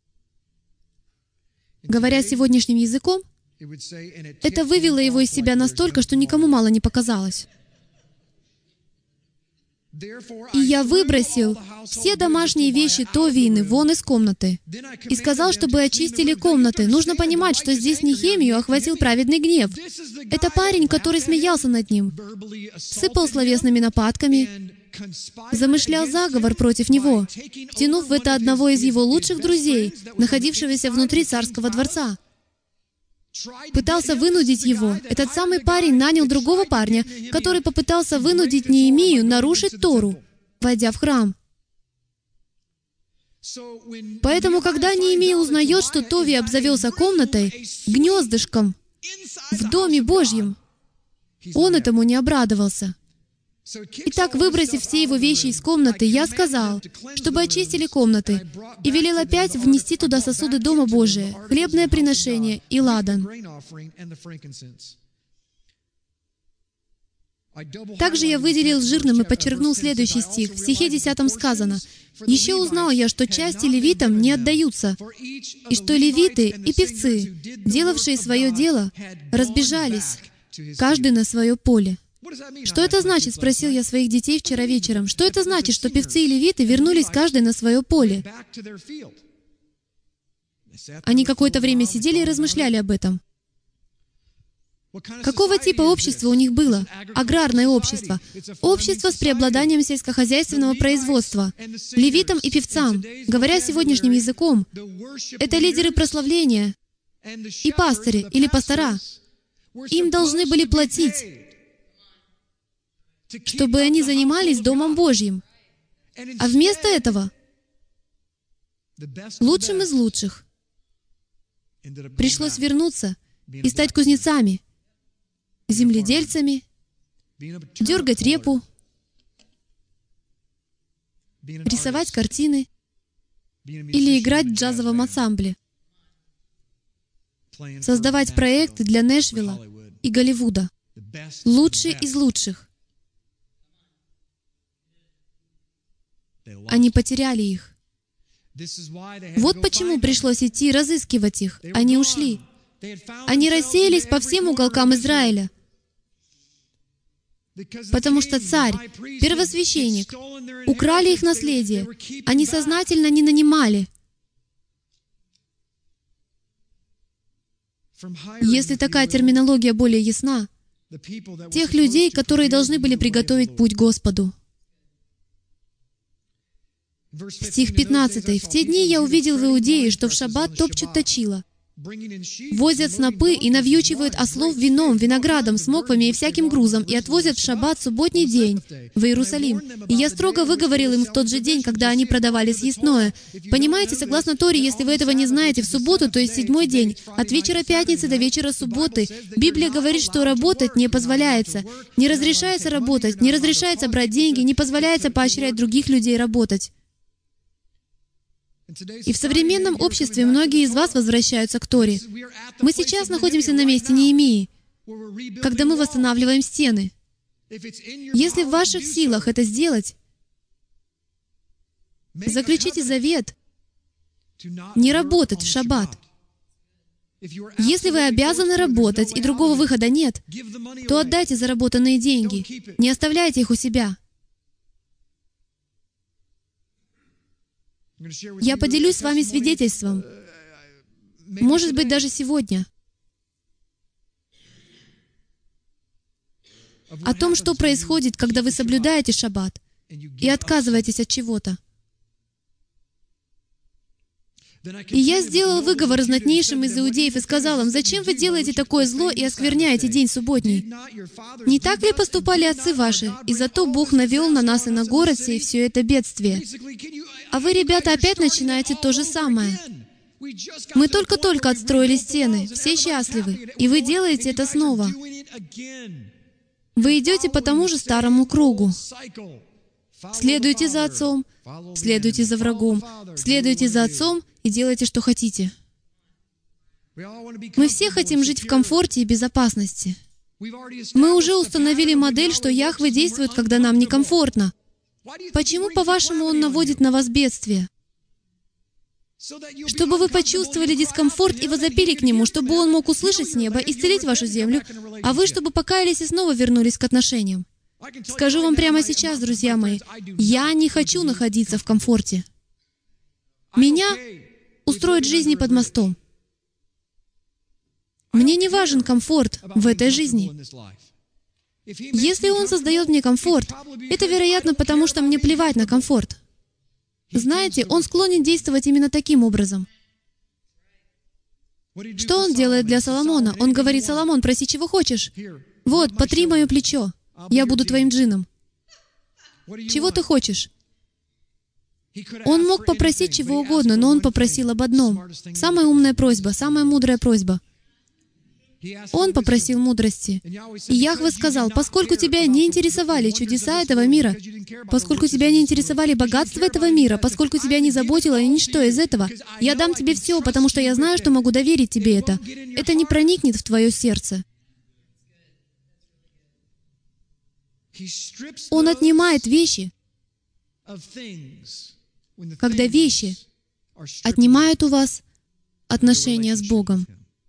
Говоря сегодняшним языком, это вывело его из себя настолько, что никому мало не показалось. И я выбросил все домашние вещи Товиины вон из комнаты и сказал, чтобы очистили комнаты. Нужно понимать, что здесь Нехемию охватил праведный гнев. Это парень, который смеялся над ним, сыпал словесными нападками, замышлял заговор против него, втянув в это одного из его лучших друзей, находившегося внутри царского дворца. Пытался вынудить его. Этот самый парень нанял другого парня, который попытался вынудить Неемию нарушить Тору, войдя в храм. Поэтому, когда Неемия узнает, что Товия обзавелся комнатой, гнездышком, в Доме Божьем, он этому не обрадовался. Итак, выбросив все его вещи из комнаты, я сказал, чтобы очистили комнаты, и велел опять внести туда сосуды Дома Божия, хлебное приношение и ладан. Также я выделил жирным и подчеркнул следующий стих. В стихе 10 сказано: «Еще узнал я, что части левитам не отдаются, и что левиты и певцы, делавшие свое дело, разбежались, каждый на свое поле». «Что это значит?» — спросил я своих детей вчера вечером. Что это значит, что певцы и левиты вернулись каждый на свое поле? Они какое-то время сидели и размышляли об этом. Какого типа общества у них было? Аграрное общество. Общество с преобладанием сельскохозяйственного производства. Левитам и певцам, говоря сегодняшним языком, это лидеры прославления и пастыри или пастора. Им должны были платить, чтобы они занимались Домом Божьим. А вместо этого лучшим из лучших, пришлось вернуться и стать кузнецами, земледельцами, дергать репу, рисовать картины или играть в джазовом ансамбле, создавать проекты для Нэшвилла и Голливуда. Лучшие из лучших. Они потеряли их. Вот почему пришлось идти разыскивать их. Они ушли. Они рассеялись по всем уголкам Израиля, потому что царь, первосвященник, украли их наследие. Они сознательно не нанимали. Если такая терминология более ясна, тех людей, которые должны были приготовить путь Господу. Стих 15. «В те дни я увидел в Иудее, что в шаббат топчут точила, возят снопы и навьючивают ослов вином, виноградом, смоквами и всяким грузом, и отвозят в шаббат субботний день в Иерусалим. И я строго выговорил им в тот же день, когда они продавали съестное. Понимаете, согласно Торе, если вы этого не знаете, в субботу, то есть седьмой день, от вечера пятницы до вечера субботы, Библия говорит, что работать не позволяется. Не разрешается работать, не разрешается брать деньги, не позволяется поощрять других людей работать. И в современном обществе многие из вас возвращаются к Торе. Мы сейчас находимся на месте Неемии, когда мы восстанавливаем стены. Если в ваших силах это сделать, заключите завет не работать в шаббат. Если вы обязаны работать и другого выхода нет, то отдайте заработанные деньги, не оставляйте их у себя. Я поделюсь с вами свидетельством, может быть, даже сегодня, о том, что происходит, когда вы соблюдаете шаббат и отказываетесь от чего-то. И я сделал выговор знатнейшим из иудеев и сказал им: «Зачем вы делаете такое зло и оскверняете день субботний? Не так ли поступали отцы ваши? И зато Бог навел на нас и на город сей все это бедствие. А вы, ребята, опять начинаете то же самое. Мы только-только отстроили стены, все счастливы, и вы делаете это снова. Вы идете по тому же старому кругу. Следуйте за отцом, следуйте за врагом, следуйте за отцом и делайте, что хотите». Мы все хотим жить в комфорте и безопасности. Мы уже установили модель, что Яхве действует, когда нам некомфортно. Почему, по-вашему, Он наводит на вас бедствие? Чтобы вы почувствовали дискомфорт и возопили к Нему, чтобы Он мог услышать с неба, исцелить вашу землю, а вы, чтобы покаялись и снова вернулись к отношениям. Скажу вам прямо сейчас, друзья мои, я не хочу находиться в комфорте. Меня устроит жизнь под мостом. Мне не важен комфорт в этой жизни. Если Он создает мне комфорт, это, вероятно, потому что мне плевать на комфорт. Знаете, Он склонен действовать именно таким образом. Что Он делает для Соломона? Он говорит: «Соломон, проси, чего хочешь. Вот, потри мое плечо. Я буду твоим джинном. Чего ты хочешь?» Он мог попросить чего угодно, но он попросил об одном. Самая умная просьба, самая мудрая просьба. Он попросил мудрости. И Яхве сказал: «Поскольку тебя не интересовали чудеса этого мира, поскольку тебя не интересовали богатства этого мира, поскольку тебя не заботило ничто из этого, я дам тебе все, потому что я знаю, что могу доверить тебе это. Это не проникнет в твое сердце». Он отнимает вещи, когда вещи отнимают у вас отношения с Богом.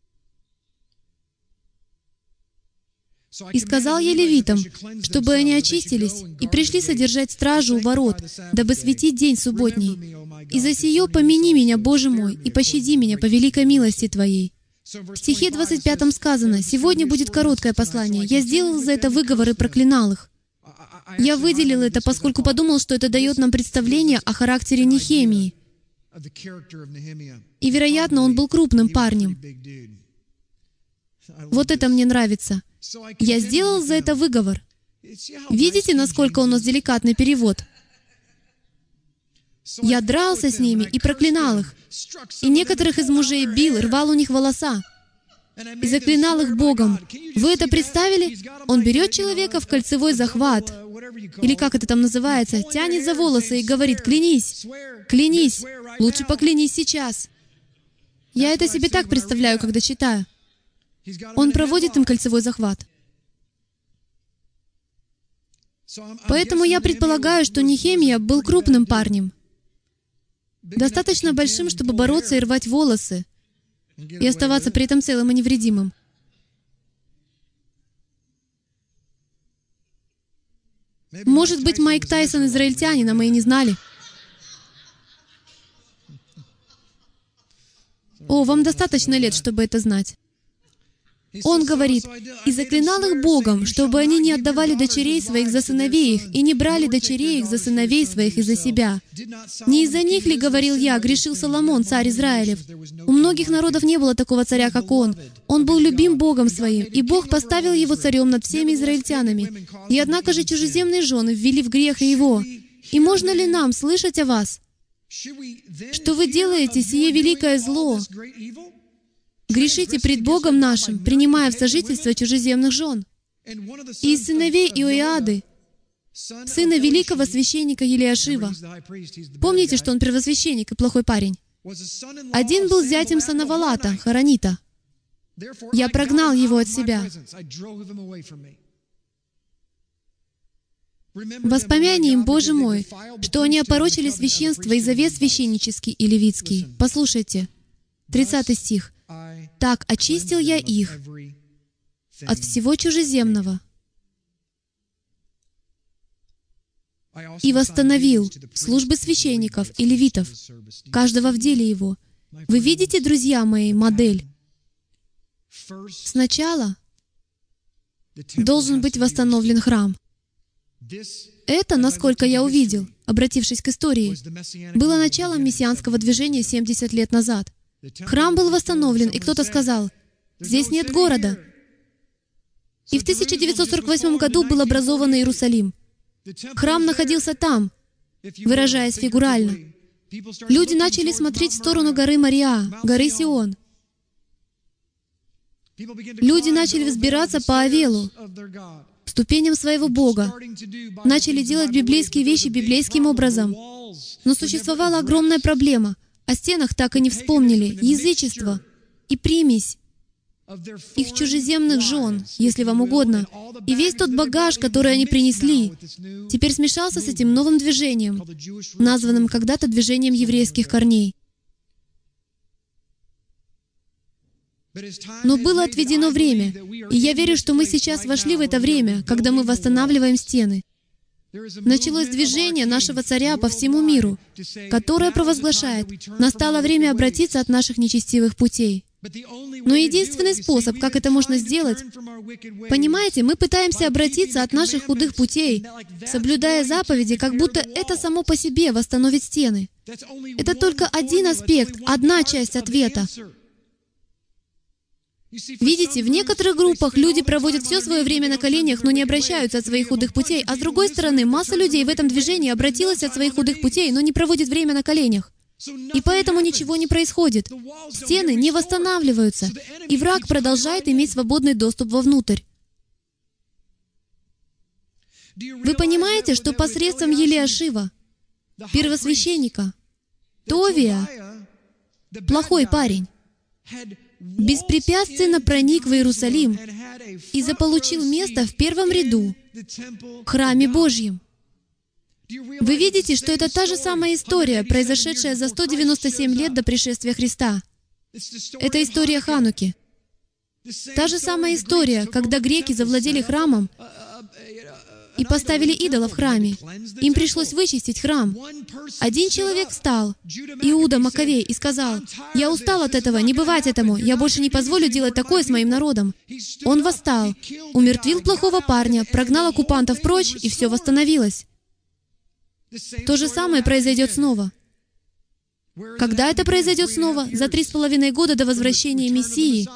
«И сказал я левитам, чтобы они очистились и пришли содержать стражу у ворот, дабы светить день субботний. И за сие помяни меня, Боже мой, и пощади меня по великой милости Твоей». В стихе 25 сказано: «Сегодня будет короткое послание. Я сделал за это выговор и проклинал их». Я выделил это, поскольку подумал, что это дает нам представление о характере Нехемии. И, вероятно, он был крупным парнем. Вот это мне нравится. Я сделал за это выговор. Видите, насколько у нас деликатный перевод? Я дрался с ними и проклинал их. И некоторых из мужей бил, рвал у них волоса. И заклинал их Богом. Вы это представили? Он берет человека в кольцевой захват, или как это там называется, тянет за волосы и говорит: «Клянись, клянись, лучше поклянись сейчас». Я это себе так представляю, когда читаю. Он проводит им кольцевой захват. Поэтому я предполагаю, что Нехемия был крупным парнем, достаточно большим, чтобы бороться и рвать волосы, и оставаться при этом целым и невредимым. Может быть, Майк Тайсон израильтянин, а мы и не знали. О, вам достаточно лет, чтобы это знать. Он говорит: «И заклинал их Богом, чтобы они не отдавали дочерей своих за сыновей их, и не брали дочерей их за сыновей своих и за себя. Не из-за них ли, говорил я, грешил Соломон, царь Израилев? У многих народов не было такого царя, как он. Он был любим Богом своим, и Бог поставил его царем над всеми израильтянами. И однако же чужеземные жены ввели в грех и его. И можно ли нам слышать о вас, что вы делаете сие великое зло? Грешите пред Богом нашим, принимая в сожительство чужеземных жен. И из сыновей Иоиады, сына великого священника Елиашива». Помните, что он первосвященник и плохой парень? «Один был зятем Санавалата, Хоронита. Я прогнал его от себя. Воспомяни им, Боже мой, что они опорочили священство и завет священнический и левитский». Послушайте, 30 стих. «Так очистил я их от всего чужеземного и восстановил службы священников и левитов, каждого в деле его». Вы видите, друзья мои, модель? Сначала должен быть восстановлен храм. Это, насколько я увидел, обратившись к истории, было началом мессианского движения 70 лет назад. Храм был восстановлен, и кто-то сказал: «Здесь нет города». И в 1948 году был образован Иерусалим. Храм находился там, выражаясь фигурально. Люди начали смотреть в сторону горы Мориа, горы Сион. Люди начали взбираться по Авелу, ступеням своего Бога, начали делать библейские вещи библейским образом. Но существовала огромная проблема. О стенах так и не вспомнили. Язычество и примесь их чужеземных жен, если вам угодно. И весь тот багаж, который они принесли, теперь смешался с этим новым движением, названным когда-то движением еврейских корней. Но было отведено время, и я верю, что мы сейчас вошли в это время, когда мы восстанавливаем стены. Началось движение нашего царя по всему миру, которое провозглашает: настало время обратиться от наших нечестивых путей. Но единственный способ, как это можно сделать, понимаете, мы пытаемся обратиться от наших худых путей, соблюдая заповеди, как будто это само по себе восстановит стены. Это только один аспект, одна часть ответа. Видите, в некоторых группах люди проводят все свое время на коленях, но не обращаются от своих худых путей, а с другой стороны, масса людей в этом движении обратилась от своих худых путей, но не проводит время на коленях. И поэтому ничего не происходит. Стены не восстанавливаются, и враг продолжает иметь свободный доступ вовнутрь. Вы понимаете, что посредством Елиашива, первосвященника, Товия, плохой парень, беспрепятственно проник в Иерусалим и заполучил место в первом ряду в храме Божьем. Вы видите, что это та же самая история, произошедшая за 197 лет до пришествия Христа. Это история Хануки. Та же самая история, когда греки завладели храмом и поставили идола в храме. Им пришлось вычистить храм. Один человек встал, Иуда Маковей, и сказал: «Я устал от этого, не бывать этому, я больше не позволю делать такое с моим народом». Он восстал, умертвил плохого парня, прогнал оккупантов прочь, и все восстановилось. То же самое произойдет снова. Когда это произойдет снова? За 3,5 года до возвращения Мессии.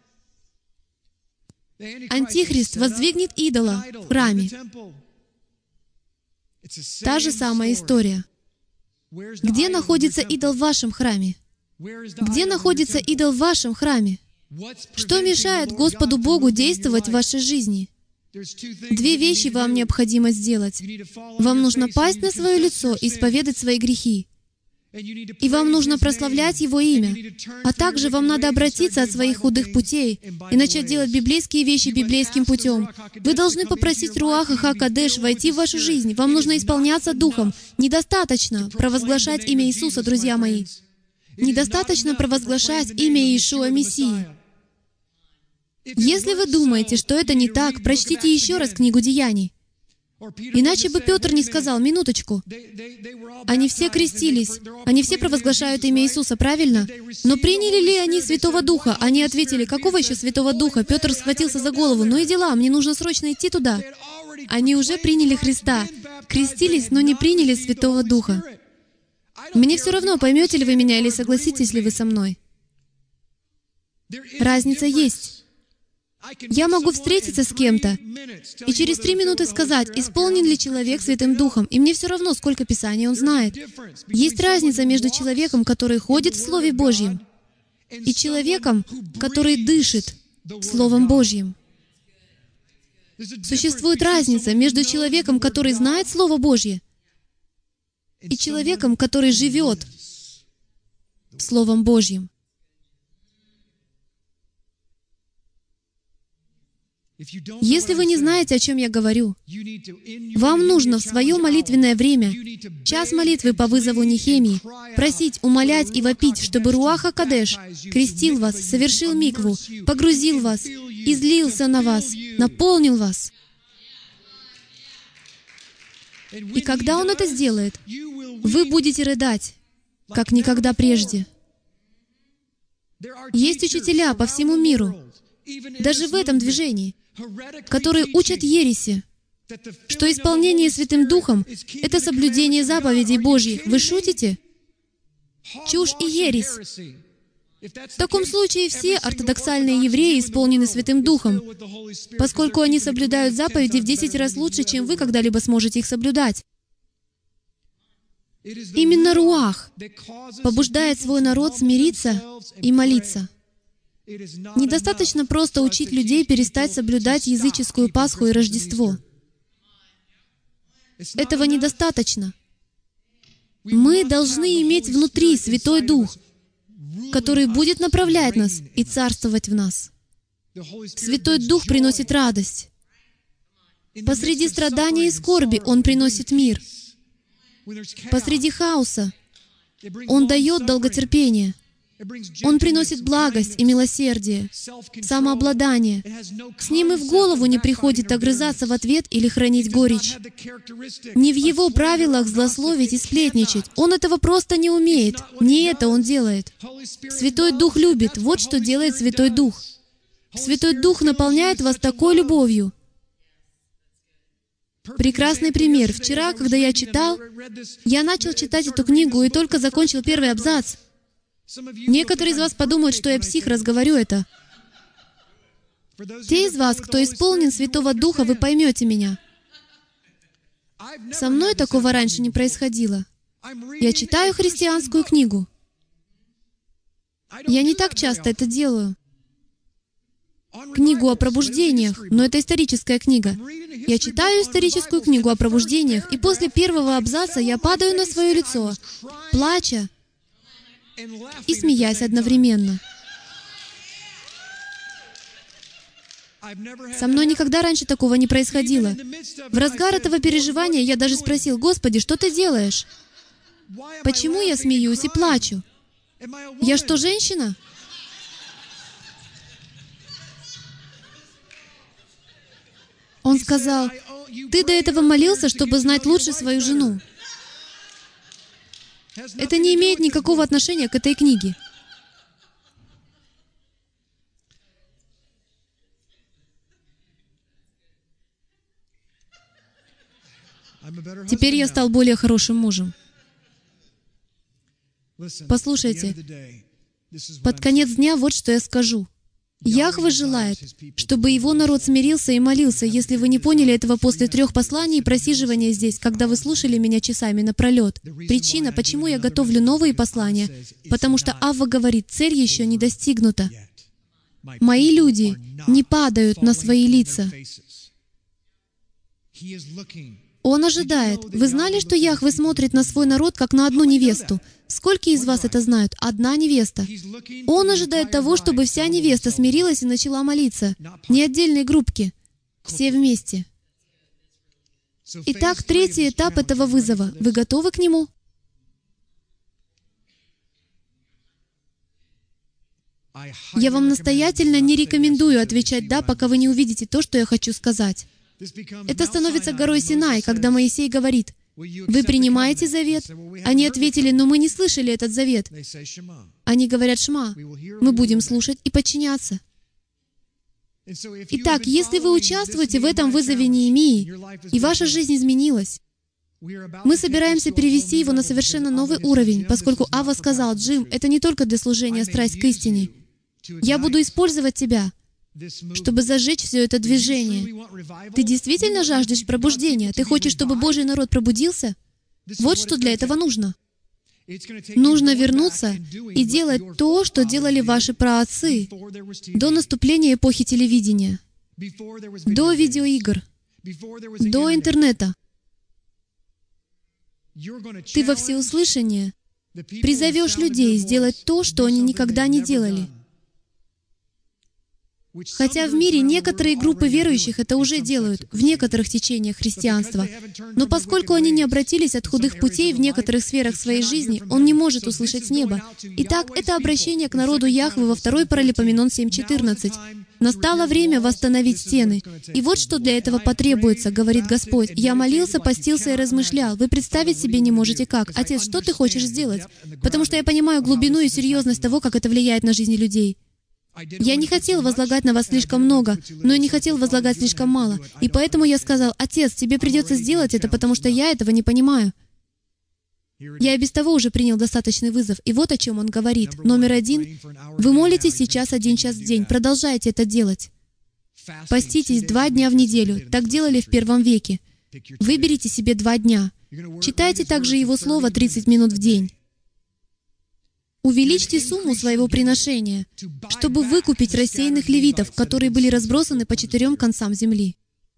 Антихрист воздвигнет идола в храме. Та же самая история. Где находится идол в вашем храме? Где находится идол в вашем храме? Что мешает Господу Богу действовать в вашей жизни? Две вещи вам необходимо сделать. Вам нужно пасть на свое лицо и исповедать свои грехи. И вам нужно прославлять Его имя. А также вам надо обратиться от своих худых путей и начать делать библейские вещи библейским путем. Вы должны попросить Руаха ха-Кодеш войти в вашу жизнь. Вам нужно исполняться Духом. Недостаточно провозглашать имя Иисуса, друзья мои. Недостаточно провозглашать имя Иешуа Мессии. Если вы думаете, что это не так, прочтите еще раз книгу Деяний. Иначе бы Петр не сказал: минуточку. Они все крестились, они все провозглашают имя Иисуса, правильно? Но приняли ли они Святого Духа? Они ответили: какого еще Святого Духа? Петр схватился за голову: ну и дела, мне нужно срочно идти туда. Они уже приняли Христа, крестились, но не приняли Святого Духа. Мне все равно, поймете ли вы меня или согласитесь ли вы со мной. Разница есть. Я могу встретиться с кем-то и через 3 минуты сказать, исполнен ли человек Святым Духом, и мне все равно, сколько Писаний он знает. Есть разница между человеком, который ходит в Слове Божьем, и человеком, который дышит Словом Божьим. Существует разница между человеком, который знает Слово Божье, и человеком, который живет Словом Божьим. Если вы не знаете, о чем я говорю, вам нужно в свое молитвенное время, час молитвы по вызову Нехемии, просить, умолять и вопить, чтобы Руах ха-Кодеш крестил вас, совершил микву, погрузил вас, излился на вас, наполнил вас. И когда Он это сделает, вы будете рыдать, как никогда прежде. Есть учителя по всему миру, даже в этом движении, которые учат ереси, что исполнение Святым Духом — это соблюдение заповедей Божьих. Вы шутите? Чушь и ересь. В таком случае все ортодоксальные евреи исполнены Святым Духом, поскольку они соблюдают заповеди в 10 раз лучше, чем вы когда-либо сможете их соблюдать. Именно Руах побуждает свой народ смириться и молиться. Недостаточно просто учить людей перестать соблюдать языческую Пасху и Рождество. Этого недостаточно. Мы должны иметь внутри Святой Дух, который будет направлять нас и царствовать в нас. Святой Дух приносит радость. Посреди страдания и скорби Он приносит мир. Посреди хаоса Он дает долготерпение. Он приносит благость и милосердие, самообладание. С Ним и в голову не приходит огрызаться в ответ или хранить горечь. Не в Его правилах злословить и сплетничать. Он этого просто не умеет. Не это Он делает. Святой Дух любит. Вот что делает Святой Дух. Святой Дух наполняет вас такой любовью. Прекрасный пример. Вчера, когда я читал, я начал читать эту книгу и только закончил первый абзац. Некоторые из вас подумают, что я псих, раз говорю это. Те из вас, кто исполнен Святого Духа, вы поймете меня. Со мной такого раньше не происходило. Я читаю христианскую книгу. Я не так часто это делаю. Книгу о пробуждениях, но это историческая книга. Я читаю историческую книгу о пробуждениях, и после первого абзаца я падаю на свое лицо, плача и смеясь одновременно. Со мной никогда раньше такого не происходило. В разгар этого переживания я даже спросил: «Господи, что Ты делаешь? Почему я смеюсь и плачу? Я что, женщина?» Он сказал: «Ты до этого молился, чтобы знать лучше свою жену. Это не имеет никакого отношения к этой книге». Теперь я стал более хорошим мужем. Послушайте, под конец дня вот что я скажу. Яхве желает, чтобы Его народ смирился и молился. Если вы не поняли этого после 3 посланий и просиживания здесь, когда вы слушали меня часами напролет. Причина, почему я готовлю новые послания, потому что Авва говорит, цель еще не достигнута. Мои люди не падают на свои лица. Он ожидает. Вы знали, что Яхве смотрит на свой народ, как на одну невесту? Сколько из вас это знают? Одна невеста. Он ожидает того, чтобы вся невеста смирилась и начала молиться. Не отдельные группки. Все вместе. Итак, 3-й этап этого вызова. Вы готовы к нему? Я вам настоятельно не рекомендую отвечать «да», пока вы не увидите то, что я хочу сказать. Это становится горой Синай, когда Моисей говорит, «Вы принимаете завет?» Они ответили, «Но мы не слышали этот завет». Они говорят, «Шма, мы будем слушать и подчиняться». Итак, если вы участвуете в этом вызове Неемии, и ваша жизнь изменилась, мы собираемся перевести его на совершенно новый уровень, поскольку Авва сказал, «Джим, это не только для служения страсть к истине. Я буду использовать тебя, чтобы зажечь все это движение». Ты действительно жаждешь пробуждения? Ты хочешь, чтобы Божий народ пробудился? Вот что для этого нужно. Нужно вернуться и делать то, что делали ваши праотцы до наступления эпохи телевидения, до видеоигр, до интернета. Ты во всеуслышание призовешь людей сделать то, что они никогда не делали. Хотя в мире некоторые группы верующих это уже делают, в некоторых течениях христианства. Но поскольку они не обратились от худых путей в некоторых сферах своей жизни, он не может услышать с неба. Итак, это обращение к народу Яхве во 2 Паралипоменон 7:14. «Настало время восстановить стены. И вот что для этого потребуется, говорит Господь. Я молился, постился и размышлял. Вы представить себе не можете как. Отец, что ты хочешь сделать? Потому что я понимаю глубину и серьезность того, как это влияет на жизни людей. Я не хотел возлагать на вас слишком много, но и не хотел возлагать слишком мало. И поэтому я сказал, «Отец, тебе придется сделать это, потому что я этого не понимаю». Я и без того уже принял достаточный вызов. И вот о чем он говорит. Номер 1. Вы молитесь сейчас 1 час в день. Продолжайте это делать. Поститесь 2 дня в неделю. Так делали в 1 веке. Выберите себе 2 дня. Читайте также Его Слово 30 минут в день. Увеличьте сумму своего приношения, чтобы выкупить рассеянных левитов, которые были разбросаны по 4 концам земли.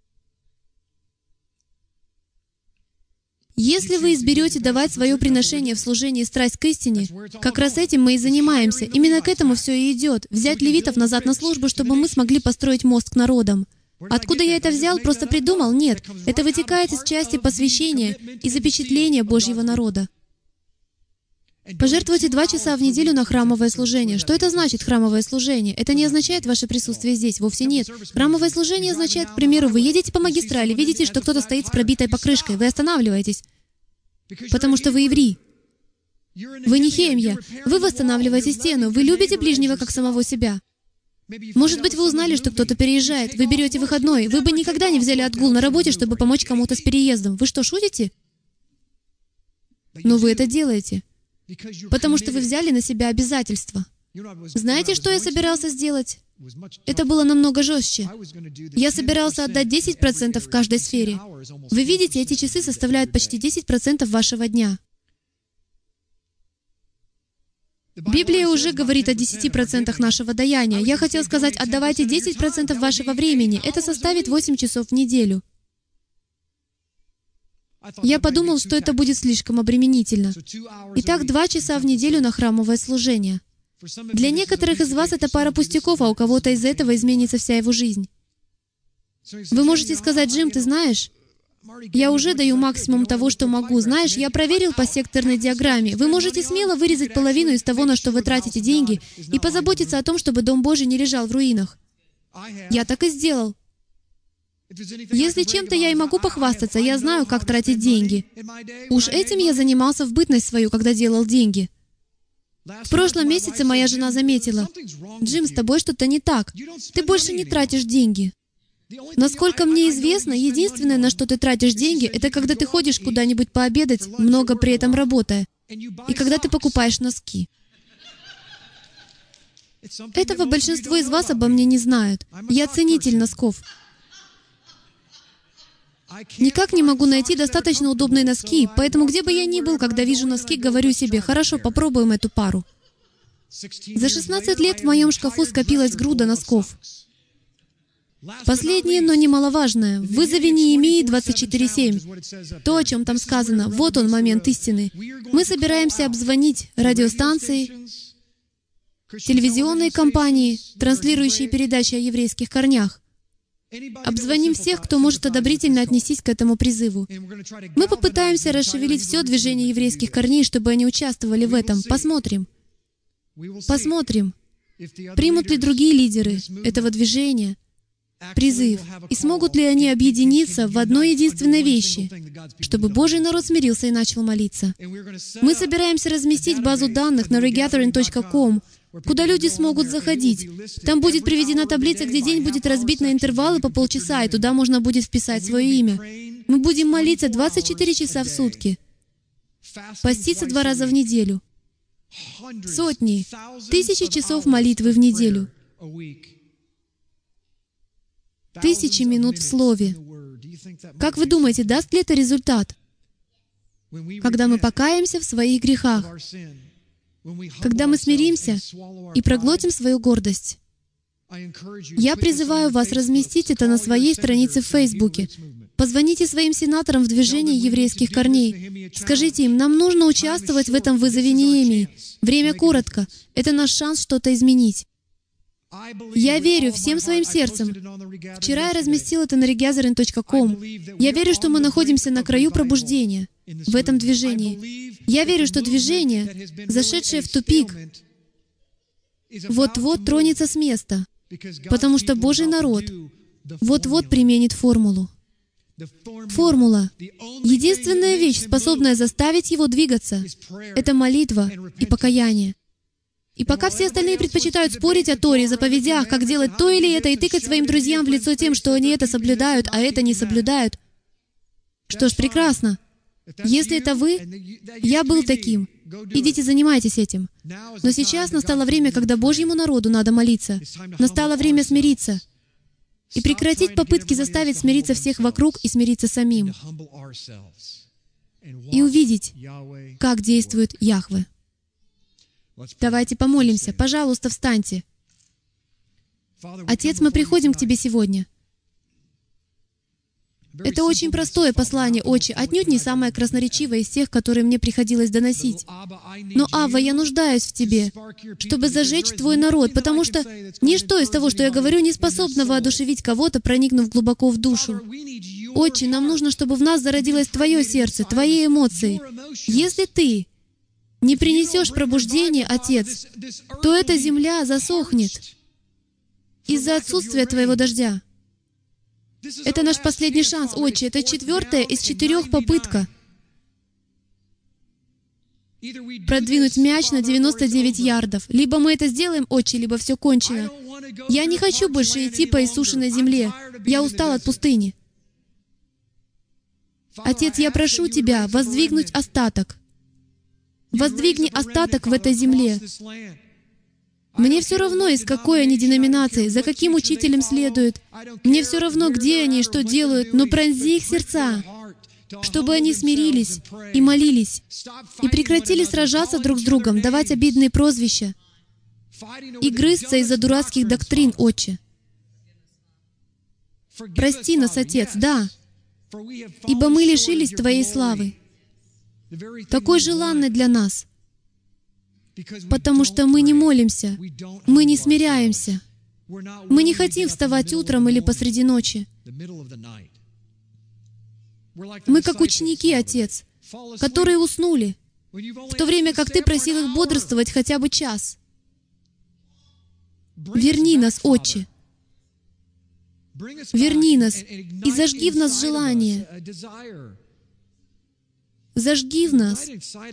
Если вы изберете давать свое приношение в служении страсть к истине, как раз этим мы и занимаемся. Именно к этому все и идет. Взять левитов назад на службу, чтобы мы смогли построить мост к народам. Откуда я это взял? Просто придумал? Нет. Это вытекает из части посвящения и запечатления Божьего народа. Пожертвуйте 2 часа в неделю на храмовое служение. Что это значит, храмовое служение? Это не означает ваше присутствие здесь, вовсе нет. Храмовое служение означает, к примеру, вы едете по магистрали, видите, что кто-то стоит с пробитой покрышкой, вы останавливаетесь, потому что вы еврей. Вы не Нехемия. Вы восстанавливаете стену. Вы любите ближнего как самого себя. Может быть, вы узнали, что кто-то переезжает. Вы берете выходной. Вы бы никогда не взяли отгул на работе, чтобы помочь кому-то с переездом. Вы что, шутите? Но вы это делаете. Потому что вы взяли на себя обязательства. Знаете, что я собирался сделать? Это было намного жестче. Я собирался отдать 10% в каждой сфере. Вы видите, эти часы составляют почти 10% вашего дня. Библия уже говорит о 10% нашего даяния. Я хотел сказать, отдавайте 10% вашего времени. Это составит 8 часов в неделю. Я подумал, что это будет слишком обременительно. Итак, 2 часа в неделю на храмовое служение. Для некоторых из вас это пара пустяков, а у кого-то из этого изменится вся его жизнь. Вы можете сказать, Джим, ты знаешь, я уже даю максимум того, что могу. Знаешь, я проверил по секторной диаграмме. Вы можете смело вырезать половину из того, на что вы тратите деньги, и позаботиться о том, чтобы Дом Божий не лежал в руинах. Я так и сделал. Если чем-то я и могу похвастаться, я знаю, как тратить деньги. Уж этим я занимался в бытность свою, когда делал деньги. В прошлом месяце моя жена заметила, «Джим, с тобой что-то не так. Ты больше не тратишь деньги». Насколько мне известно, единственное, на что ты тратишь деньги, это когда ты ходишь куда-нибудь пообедать, много при этом работая, и когда ты покупаешь носки. Этого большинство из вас обо мне не знают. Я ценитель носков. Никак не могу найти достаточно удобные носки, поэтому где бы я ни был, когда вижу носки, говорю себе: хорошо, попробуем эту пару. За 16 лет в моем шкафу скопилась груда носков. Последнее, но немаловажное. В вызове Неемии 24:7. То, о чем там сказано. Вот он, момент истины. Мы собираемся обзвонить радиостанции, телевизионные компании, транслирующие передачи о еврейских корнях. Обзвоним всех, кто может одобрительно отнестись к этому призыву. Мы попытаемся расшевелить все движение еврейских корней, чтобы они участвовали в этом. Посмотрим. Посмотрим, примут ли другие лидеры этого движения призыв, и смогут ли они объединиться в одной единственной вещи, чтобы Божий народ смирился и начал молиться. Мы собираемся разместить базу данных на regathering.com, куда люди смогут заходить. Там будет приведена таблица, где день будет разбит на интервалы по полчаса, и туда можно будет вписать свое имя. Мы будем молиться 24 часа в сутки, поститься 2 раза в неделю, сотни, тысячи часов молитвы в неделю, 1000 минут в Слове. Как вы думаете, даст ли это результат? Когда мы покаемся в своих грехах, когда мы смиримся и проглотим свою гордость. Я призываю вас разместить это на своей странице в Фейсбуке. Позвоните своим сенаторам в движении еврейских корней. Скажите им: нам нужно участвовать в этом вызове Неемии. Время коротко. Это наш шанс что-то изменить. Я верю всем своим сердцем. Вчера я разместил это на regathering.com. Я верю, что мы находимся на краю пробуждения в этом движении. Я верю, что движение, зашедшее в тупик, вот-вот тронется с места, потому что Божий народ вот-вот применит формулу. Формула. Единственная вещь, способная заставить его двигаться, это молитва и покаяние. И пока все остальные предпочитают спорить о Торе, заповедях, как делать то или это, и тыкать своим друзьям в лицо тем, что они это соблюдают, а это не соблюдают, что ж, прекрасно. Если это вы, я был таким. Идите, занимайтесь этим. Но сейчас настало время, когда Божьему народу надо молиться. Настало время смириться. И прекратить попытки заставить смириться всех вокруг и смириться самим. И увидеть, как действует Яхве. Давайте помолимся. Пожалуйста, встаньте. Отец, мы приходим к Тебе сегодня. Это очень простое послание, Отче, отнюдь не самое красноречивое из тех, которые мне приходилось доносить. Но, Авва, я нуждаюсь в Тебе, чтобы зажечь Твой народ, потому что ничто из того, что я говорю, не способно воодушевить кого-то, проникнув глубоко в душу. Отче, нам нужно, чтобы в нас зародилось Твое сердце, Твои эмоции. Если Ты не принесешь пробуждение, Отец, то эта земля засохнет из-за отсутствия Твоего дождя. Это наш последний шанс, Отче. Это 4-я из 4 попытка продвинуть мяч на 99 ярдов. Либо мы это сделаем, Отче, либо все кончено. Я не хочу больше идти по иссушенной земле. Я устал от пустыни. Отец, я прошу Тебя воздвигнуть остаток. Воздвигни остаток в этой земле. Мне все равно, из какой они деноминации, за каким учителем следуют. Мне все равно, где они и что делают, но пронзи их сердца, чтобы они смирились и молились, и прекратили сражаться друг с другом, давать обидные прозвища и грызться из-за дурацких доктрин, Отче. Прости нас, Отец, да, ибо мы лишились Твоей славы, такой желанной для нас, потому что мы не молимся, мы не смиряемся, мы не хотим вставать утром или посреди ночи. Мы как ученики, Отец, которые уснули, в то время как Ты просил их бодрствовать хотя бы час. Верни нас, Отче. Верни нас и зажги в нас желание. Зажги в нас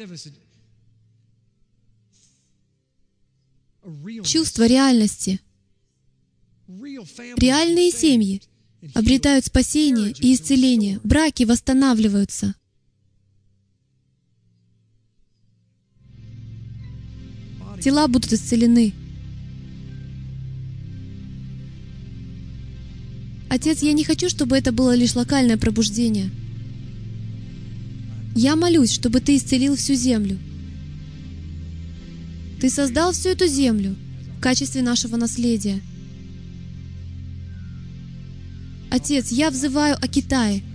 чувство реальности. Реальные семьи обретают спасение и исцеление. Браки восстанавливаются. Тела будут исцелены. Отец, я не хочу, чтобы это было лишь локальное пробуждение. Я молюсь, чтобы Ты исцелил всю землю. Ты создал всю эту землю в качестве нашего наследия. Отец, я взываю о Китае.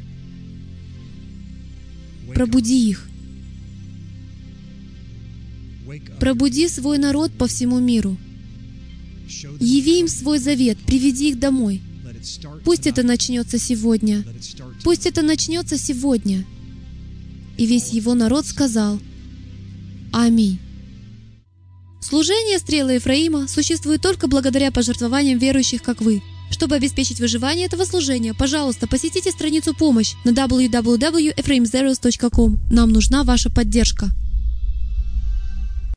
Пробуди их. Пробуди свой народ по всему миру. Яви им свой завет, приведи их домой. Пусть это начнется сегодня. Пусть это начнется сегодня. И весь его народ сказал: Аминь. Служение «Стрелы Ефраима» существует только благодаря пожертвованиям верующих, как вы. Чтобы обеспечить выживание этого служения, пожалуйста, посетите страницу «Помощь» на www.ephraimzeros.com. Нам нужна ваша поддержка.